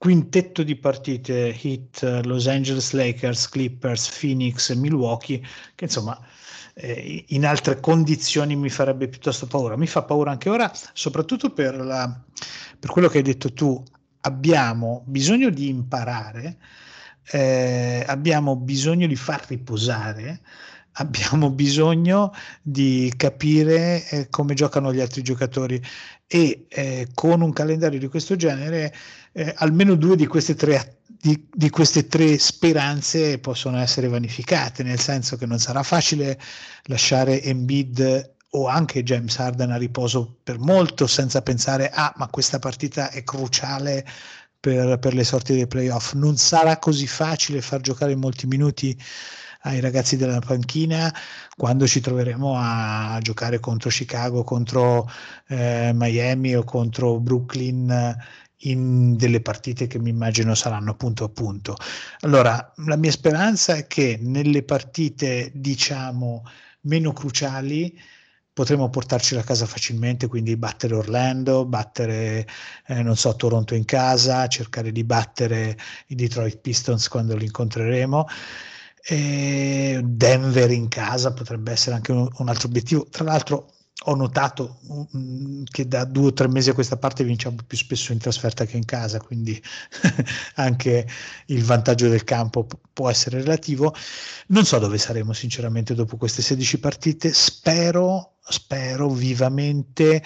quintetto di partite Heat, Los Angeles Lakers, Clippers, Phoenix e Milwaukee, che insomma in altre condizioni mi farebbe piuttosto paura. Mi fa paura anche ora, soprattutto per quello che hai detto tu. Abbiamo bisogno di imparare, abbiamo bisogno di far riposare, abbiamo bisogno di capire come giocano gli altri giocatori e con un calendario di questo genere almeno due di queste tre speranze possono essere vanificate, nel senso che non sarà facile lasciare Embiid o anche James Harden a riposo per molto senza pensare ma questa partita è cruciale per le sorti dei playoff. Non sarà così facile far giocare molti minuti ai ragazzi della panchina quando ci troveremo a giocare contro Chicago, contro Miami o contro Brooklyn in delle partite che mi immagino saranno punto a punto. Allora, la mia speranza è che nelle partite, diciamo, meno cruciali potremo portarci a casa facilmente, quindi battere Orlando, battere non so, Toronto in casa, cercare di battere i Detroit Pistons quando li incontreremo. E Denver in casa potrebbe essere anche un altro obiettivo. Tra l'altro ho notato che da 2 o 3 mesi a questa parte vinciamo più spesso in trasferta che in casa, quindi anche il vantaggio del campo può essere relativo. Non so dove saremo sinceramente dopo queste 16 partite, spero vivamente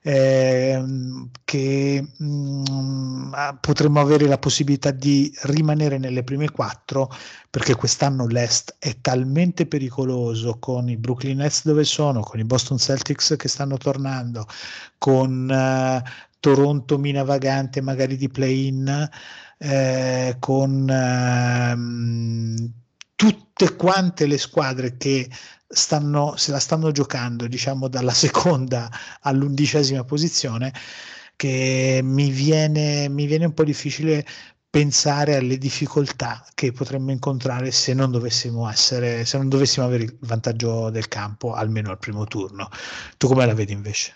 che potremmo avere la possibilità di rimanere nelle prime 4, perché quest'anno l'Est è talmente pericoloso, con i Brooklyn Nets dove sono, con i Boston Celtics che stanno tornando, con Toronto mina vagante magari di play-in, con tutte quante le squadre che se la stanno giocando, diciamo, dalla seconda all'11ª posizione, che mi viene un po' difficile pensare alle difficoltà che potremmo incontrare se non dovessimo avere il vantaggio del campo almeno al primo turno. Tu come la vedi invece?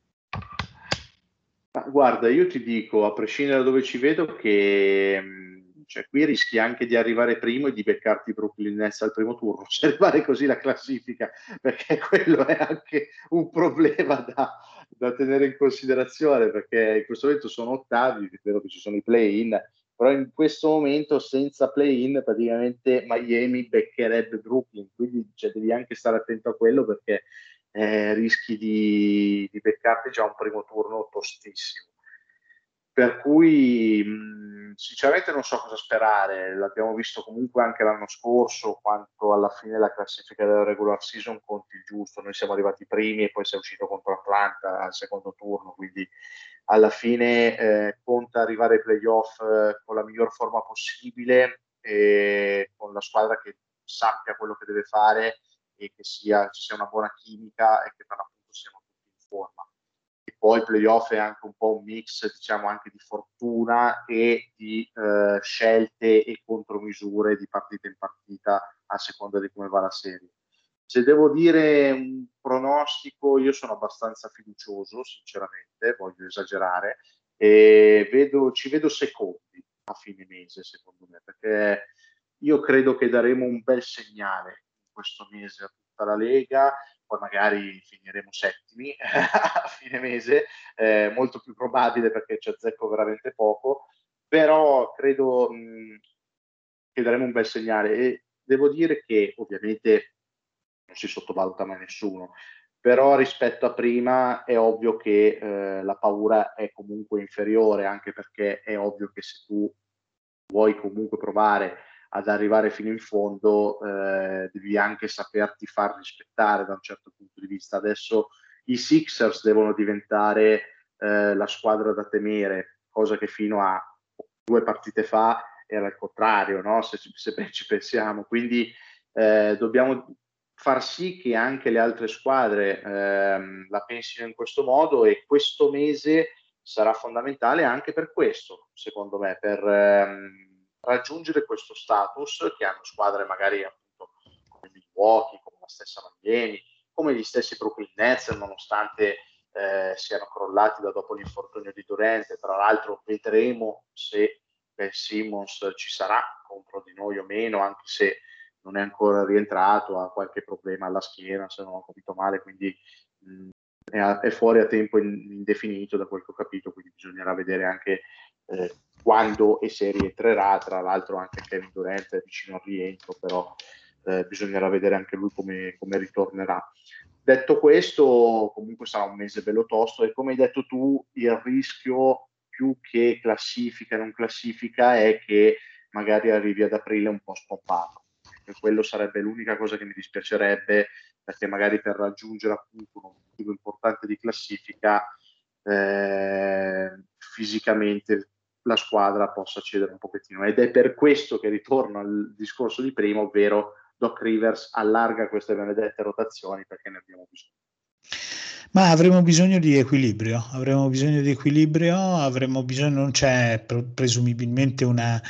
Guarda, io ti dico, a prescindere da dove ci vedo, che cioè, qui rischi anche di arrivare primo e di beccarti i Brooklyn Nets al primo turno, cioè arrivare così la classifica, perché quello è anche un problema da tenere in considerazione, perché in questo momento sono ottavi, è vero che ci sono i play-in, però in questo momento senza play-in praticamente Miami beccherebbe Brooklyn, quindi cioè, devi anche stare attento a quello, perché rischi di beccarti già un primo turno tostissimo. Per cui sinceramente non so cosa sperare, l'abbiamo visto comunque anche l'anno scorso, quanto alla fine la classifica della regular season conti il giusto. Noi siamo arrivati primi e poi si è uscito contro Atlanta al secondo turno, quindi alla fine conta arrivare ai playoff con la miglior forma possibile e con la squadra che sappia quello che deve fare e che ci sia una buona chimica e che per l'appunto siano tutti in forma. E poi il playoff è anche un po' un mix, diciamo, anche di fortuna e di scelte e contromisure di partita in partita a seconda di come va la serie. Se devo dire un pronostico, io sono abbastanza fiducioso, sinceramente, voglio esagerare, e ci vedo secondi a fine mese, secondo me, perché io credo che daremo un bel segnale in questo mese a tutta la Lega, poi magari finiremo settimi a fine mese, molto più probabile perché ci azzecco veramente poco, però credo che daremo un bel segnale e devo dire che ovviamente non si sottovaluta mai nessuno, però rispetto a prima è ovvio che la paura è comunque inferiore, anche perché è ovvio che se tu vuoi comunque provare ad arrivare fino in fondo, devi anche saperti far rispettare da un certo punto di vista. Adesso i Sixers devono diventare la squadra da temere, cosa che fino a 2 partite fa era il contrario, no? Se ben ci pensiamo. Quindi dobbiamo far sì che anche le altre squadre la pensino in questo modo, e questo mese sarà fondamentale anche per questo, secondo me, per raggiungere questo status che hanno squadre magari appunto come Milwaukee, come la stessa Miami, come gli stessi Brooklyn Nets, nonostante siano crollati da dopo l'infortunio di Durant. Tra l'altro vedremo se Ben Simmons ci sarà contro di noi o meno, anche se non è ancora rientrato, ha qualche problema alla schiena, se non ho capito male, quindi è fuori a tempo indefinito da quel che ho capito, quindi bisognerà vedere anche quando e se rientrerà. Tra l'altro anche Kevin Durant è vicino al rientro, però bisognerà vedere anche lui come ritornerà. Detto questo, comunque sarà un mese bello tosto e come hai detto tu, il rischio più che classifica non classifica è che magari arrivi ad aprile un po' spompato, e quello sarebbe l'unica cosa che mi dispiacerebbe, perché magari per raggiungere appunto un obiettivo importante di classifica fisicamente la squadra possa cedere un pochettino, ed è per questo che ritorno al discorso di prima, ovvero Doc Rivers allarga queste benedette rotazioni perché ne abbiamo bisogno. Ma avremo bisogno di equilibrio, avremo bisogno, non c'è presumibilmente un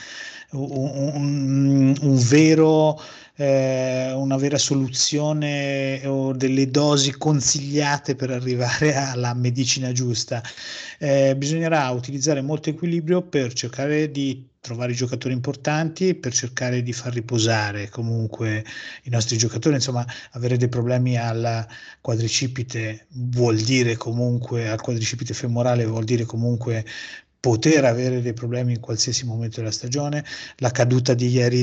vero, una vera soluzione o delle dosi consigliate per arrivare alla medicina giusta. Bisognerà utilizzare molto equilibrio per cercare di trovare i giocatori importanti, per cercare di far riposare comunque i nostri giocatori, insomma, avere dei problemi al quadricipite vuol dire comunque, al quadricipite femorale vuol dire comunque poter avere dei problemi in qualsiasi momento della stagione. La caduta di ieri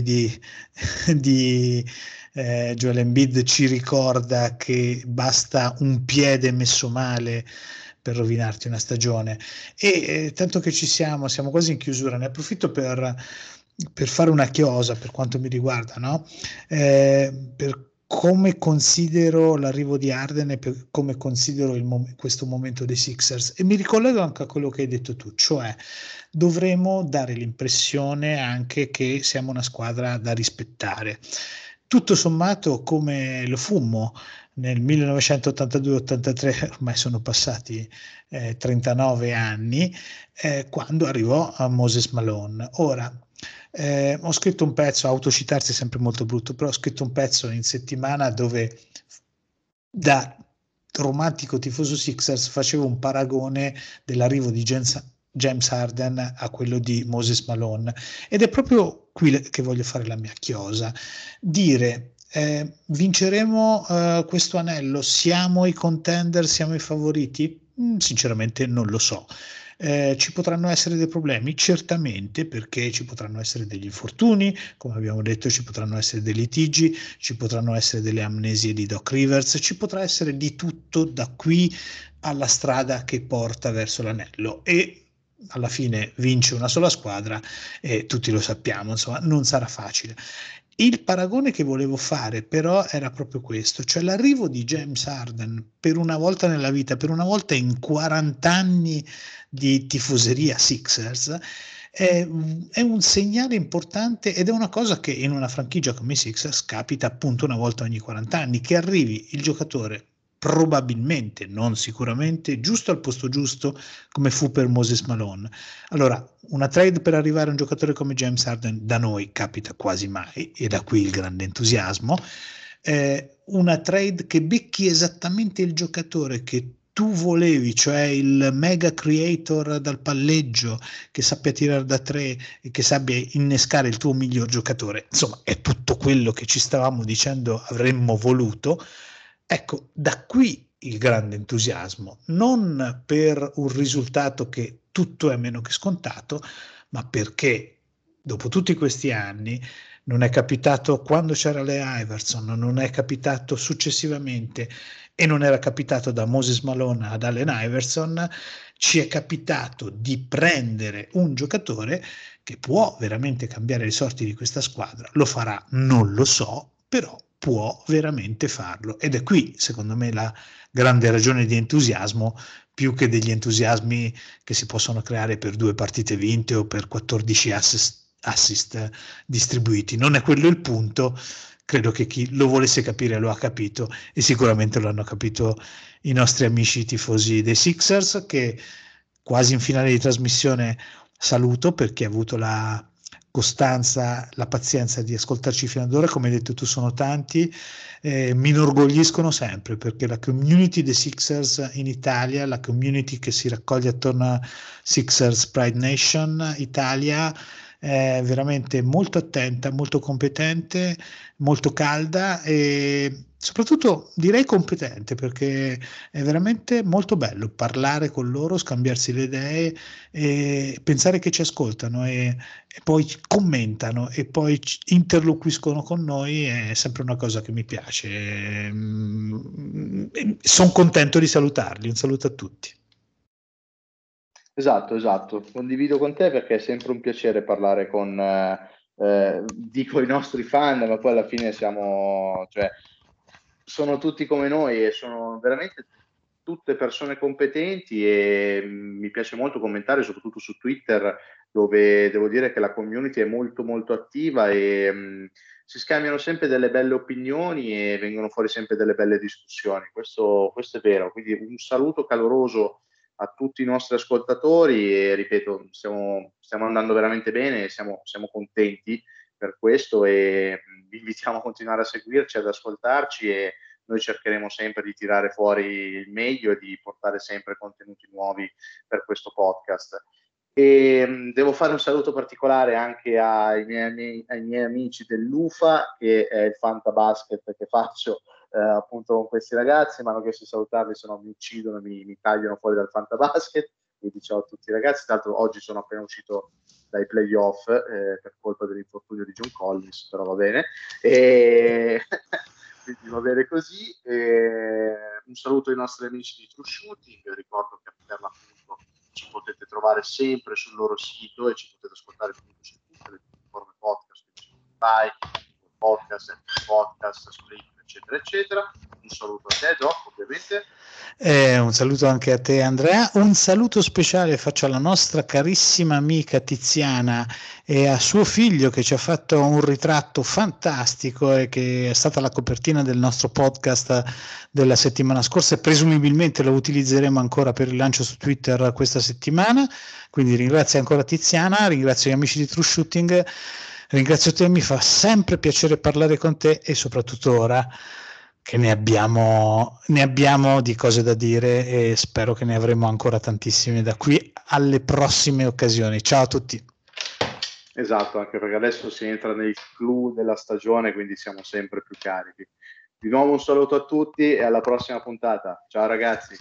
di Joel Embiid ci ricorda che basta un piede messo male per rovinarti una stagione, e tanto che siamo quasi in chiusura, ne approfitto per fare una chiosa per quanto mi riguarda, no? Per come considero l'arrivo di Harden e per come considero questo momento dei Sixers, e mi ricollego anche a quello che hai detto tu, cioè dovremo dare l'impressione anche che siamo una squadra da rispettare. Tutto sommato, come lo fummo nel 1982-83, ormai sono passati 39 anni, quando arrivò a Moses Malone. Ora, ho scritto un pezzo, autocitarsi è sempre molto brutto, però ho scritto un pezzo in settimana dove da romantico tifoso Sixers facevo un paragone dell'arrivo di James Harden a quello di Moses Malone, ed è proprio qui che voglio fare la mia chiosa, dire vinceremo questo anello, siamo i contender, siamo i favoriti? Sinceramente non lo so. Ci potranno essere dei problemi? Certamente, perché ci potranno essere degli infortuni, come abbiamo detto, ci potranno essere dei litigi, ci potranno essere delle amnesie di Doc Rivers, ci potrà essere di tutto da qui alla strada che porta verso l'anello, e alla fine vince una sola squadra e tutti lo sappiamo, insomma, non sarà facile. Il paragone che volevo fare però era proprio questo, cioè l'arrivo di James Harden per una volta nella vita, per una volta in 40 anni di tifoseria Sixers, è un segnale importante, ed è una cosa che in una franchigia come i Sixers capita appunto una volta ogni 40 anni, che arrivi il giocatore probabilmente, non sicuramente, giusto al posto giusto, come fu per Moses Malone. Allora, una trade per arrivare a un giocatore come James Harden da noi capita quasi mai, e da qui il grande entusiasmo. Una trade che becchi esattamente il giocatore che tu volevi, cioè il mega creator dal palleggio, che sappia tirare da tre e che sappia innescare il tuo miglior giocatore, insomma è tutto quello che ci stavamo dicendo avremmo voluto. Ecco, da qui il grande entusiasmo, non per un risultato che tutto è meno che scontato, ma perché dopo tutti questi anni non è capitato quando c'era Allen Iverson, non è capitato successivamente, e non era capitato da Moses Malone ad Allen Iverson, ci è capitato di prendere un giocatore che può veramente cambiare le sorti di questa squadra. Lo farà? Non lo so, però può veramente farlo, ed è qui secondo me la grande ragione di entusiasmo, più che degli entusiasmi che si possono creare per 2 partite vinte o per 14 assist distribuiti. Non è quello il punto. Credo che chi lo volesse capire lo ha capito, e sicuramente lo hanno capito i nostri amici tifosi dei Sixers, che quasi in finale di trasmissione saluto, perché ha avuto la costanza, la pazienza di ascoltarci fino ad ora. Come hai detto tu, sono tanti, mi inorgogliscono sempre, perché la community dei Sixers in Italia, la community che si raccoglie attorno a Sixers Pride Nation Italia, veramente molto attenta, molto competente, molto calda e soprattutto direi competente, perché è veramente molto bello parlare con loro, scambiarsi le idee e pensare che ci ascoltano e poi commentano e poi interloquiscono con noi, è sempre una cosa che mi piace. Sono contento di salutarli, un saluto a tutti. Esatto, condivido con te, perché è sempre un piacere parlare con, dico i nostri fan, ma poi alla fine sono tutti come noi e sono veramente tutte persone competenti, e mi piace molto commentare, soprattutto su Twitter, dove devo dire che la community è molto molto attiva e si scambiano sempre delle belle opinioni e vengono fuori sempre delle belle discussioni. Questo è vero, quindi un saluto caloroso a tutti i nostri ascoltatori e ripeto, stiamo andando veramente bene, siamo contenti per questo e vi invitiamo a continuare a seguirci, ad ascoltarci, e noi cercheremo sempre di tirare fuori il meglio e di portare sempre contenuti nuovi per questo podcast. E devo fare un saluto particolare anche ai miei amici dell'UFA, che è il fantabasket che faccio appunto con questi ragazzi, ma non riesco a salutarli, se no mi uccidono, mi tagliano fuori dal fantabasket. Quindi ciao a tutti i ragazzi. Tra l'altro oggi sono appena uscito dai playoff per colpa dell'infortunio di John Collins, però va bene. Quindi va bene così. Un saluto ai nostri amici di True Shooting. Ricordo che per l'appunto ci potete trovare sempre sul loro sito e ci potete ascoltare su tutte le piattaforme podcast, Spotify, podcast, Split, eccetera eccetera. Un saluto a te, Doc, ovviamente. Un saluto anche a te, Andrea. Un saluto speciale faccio alla nostra carissima amica Tiziana e a suo figlio, che ci ha fatto un ritratto fantastico e che è stata la copertina del nostro podcast della settimana scorsa, e presumibilmente lo utilizzeremo ancora per il lancio su Twitter questa settimana. Quindi ringrazio ancora Tiziana, ringrazio gli amici di True Shooting, ringrazio te, mi fa sempre piacere parlare con te e soprattutto ora che ne abbiamo di cose da dire, e spero che ne avremo ancora tantissime da qui alle prossime occasioni. Ciao a tutti. Esatto, anche perché adesso si entra nel clou della stagione, quindi siamo sempre più carichi. Di nuovo un saluto a tutti e alla prossima puntata. Ciao ragazzi.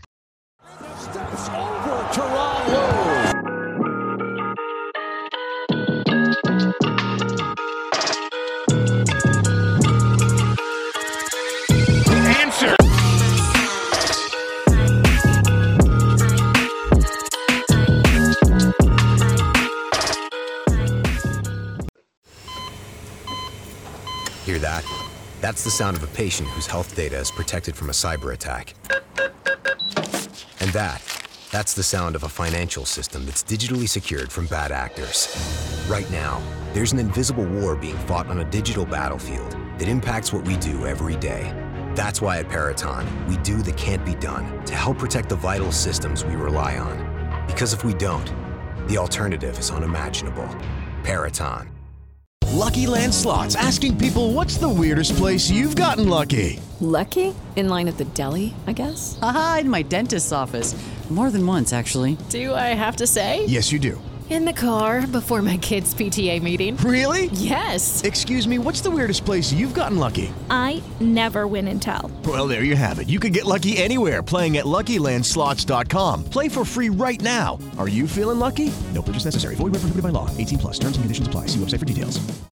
Hear that? That's the sound of a patient whose health data is protected from a cyber attack. And that's the sound of a financial system that's digitally secured from bad actors. Right now, there's an invisible war being fought on a digital battlefield that impacts what we do every day. That's why at Peraton, we do the can't be done to help protect the vital systems we rely on. Because if we don't, the alternative is unimaginable. Peraton. Lucky Land Slots, asking people, what's the weirdest place you've gotten lucky? Lucky? In line at the deli, I guess? Aha, in my dentist's office. More than once, actually. Do I have to say? Yes, you do. In the car before my kids' PTA meeting. Really? Yes. Excuse me, what's the weirdest place you've gotten lucky? I never win and tell. Well, there you have it. You can get lucky anywhere, playing at LuckyLandSlots.com. Play for free right now. Are you feeling lucky? No purchase necessary. Void where prohibited by law. 18+. Terms and conditions apply. See website for details.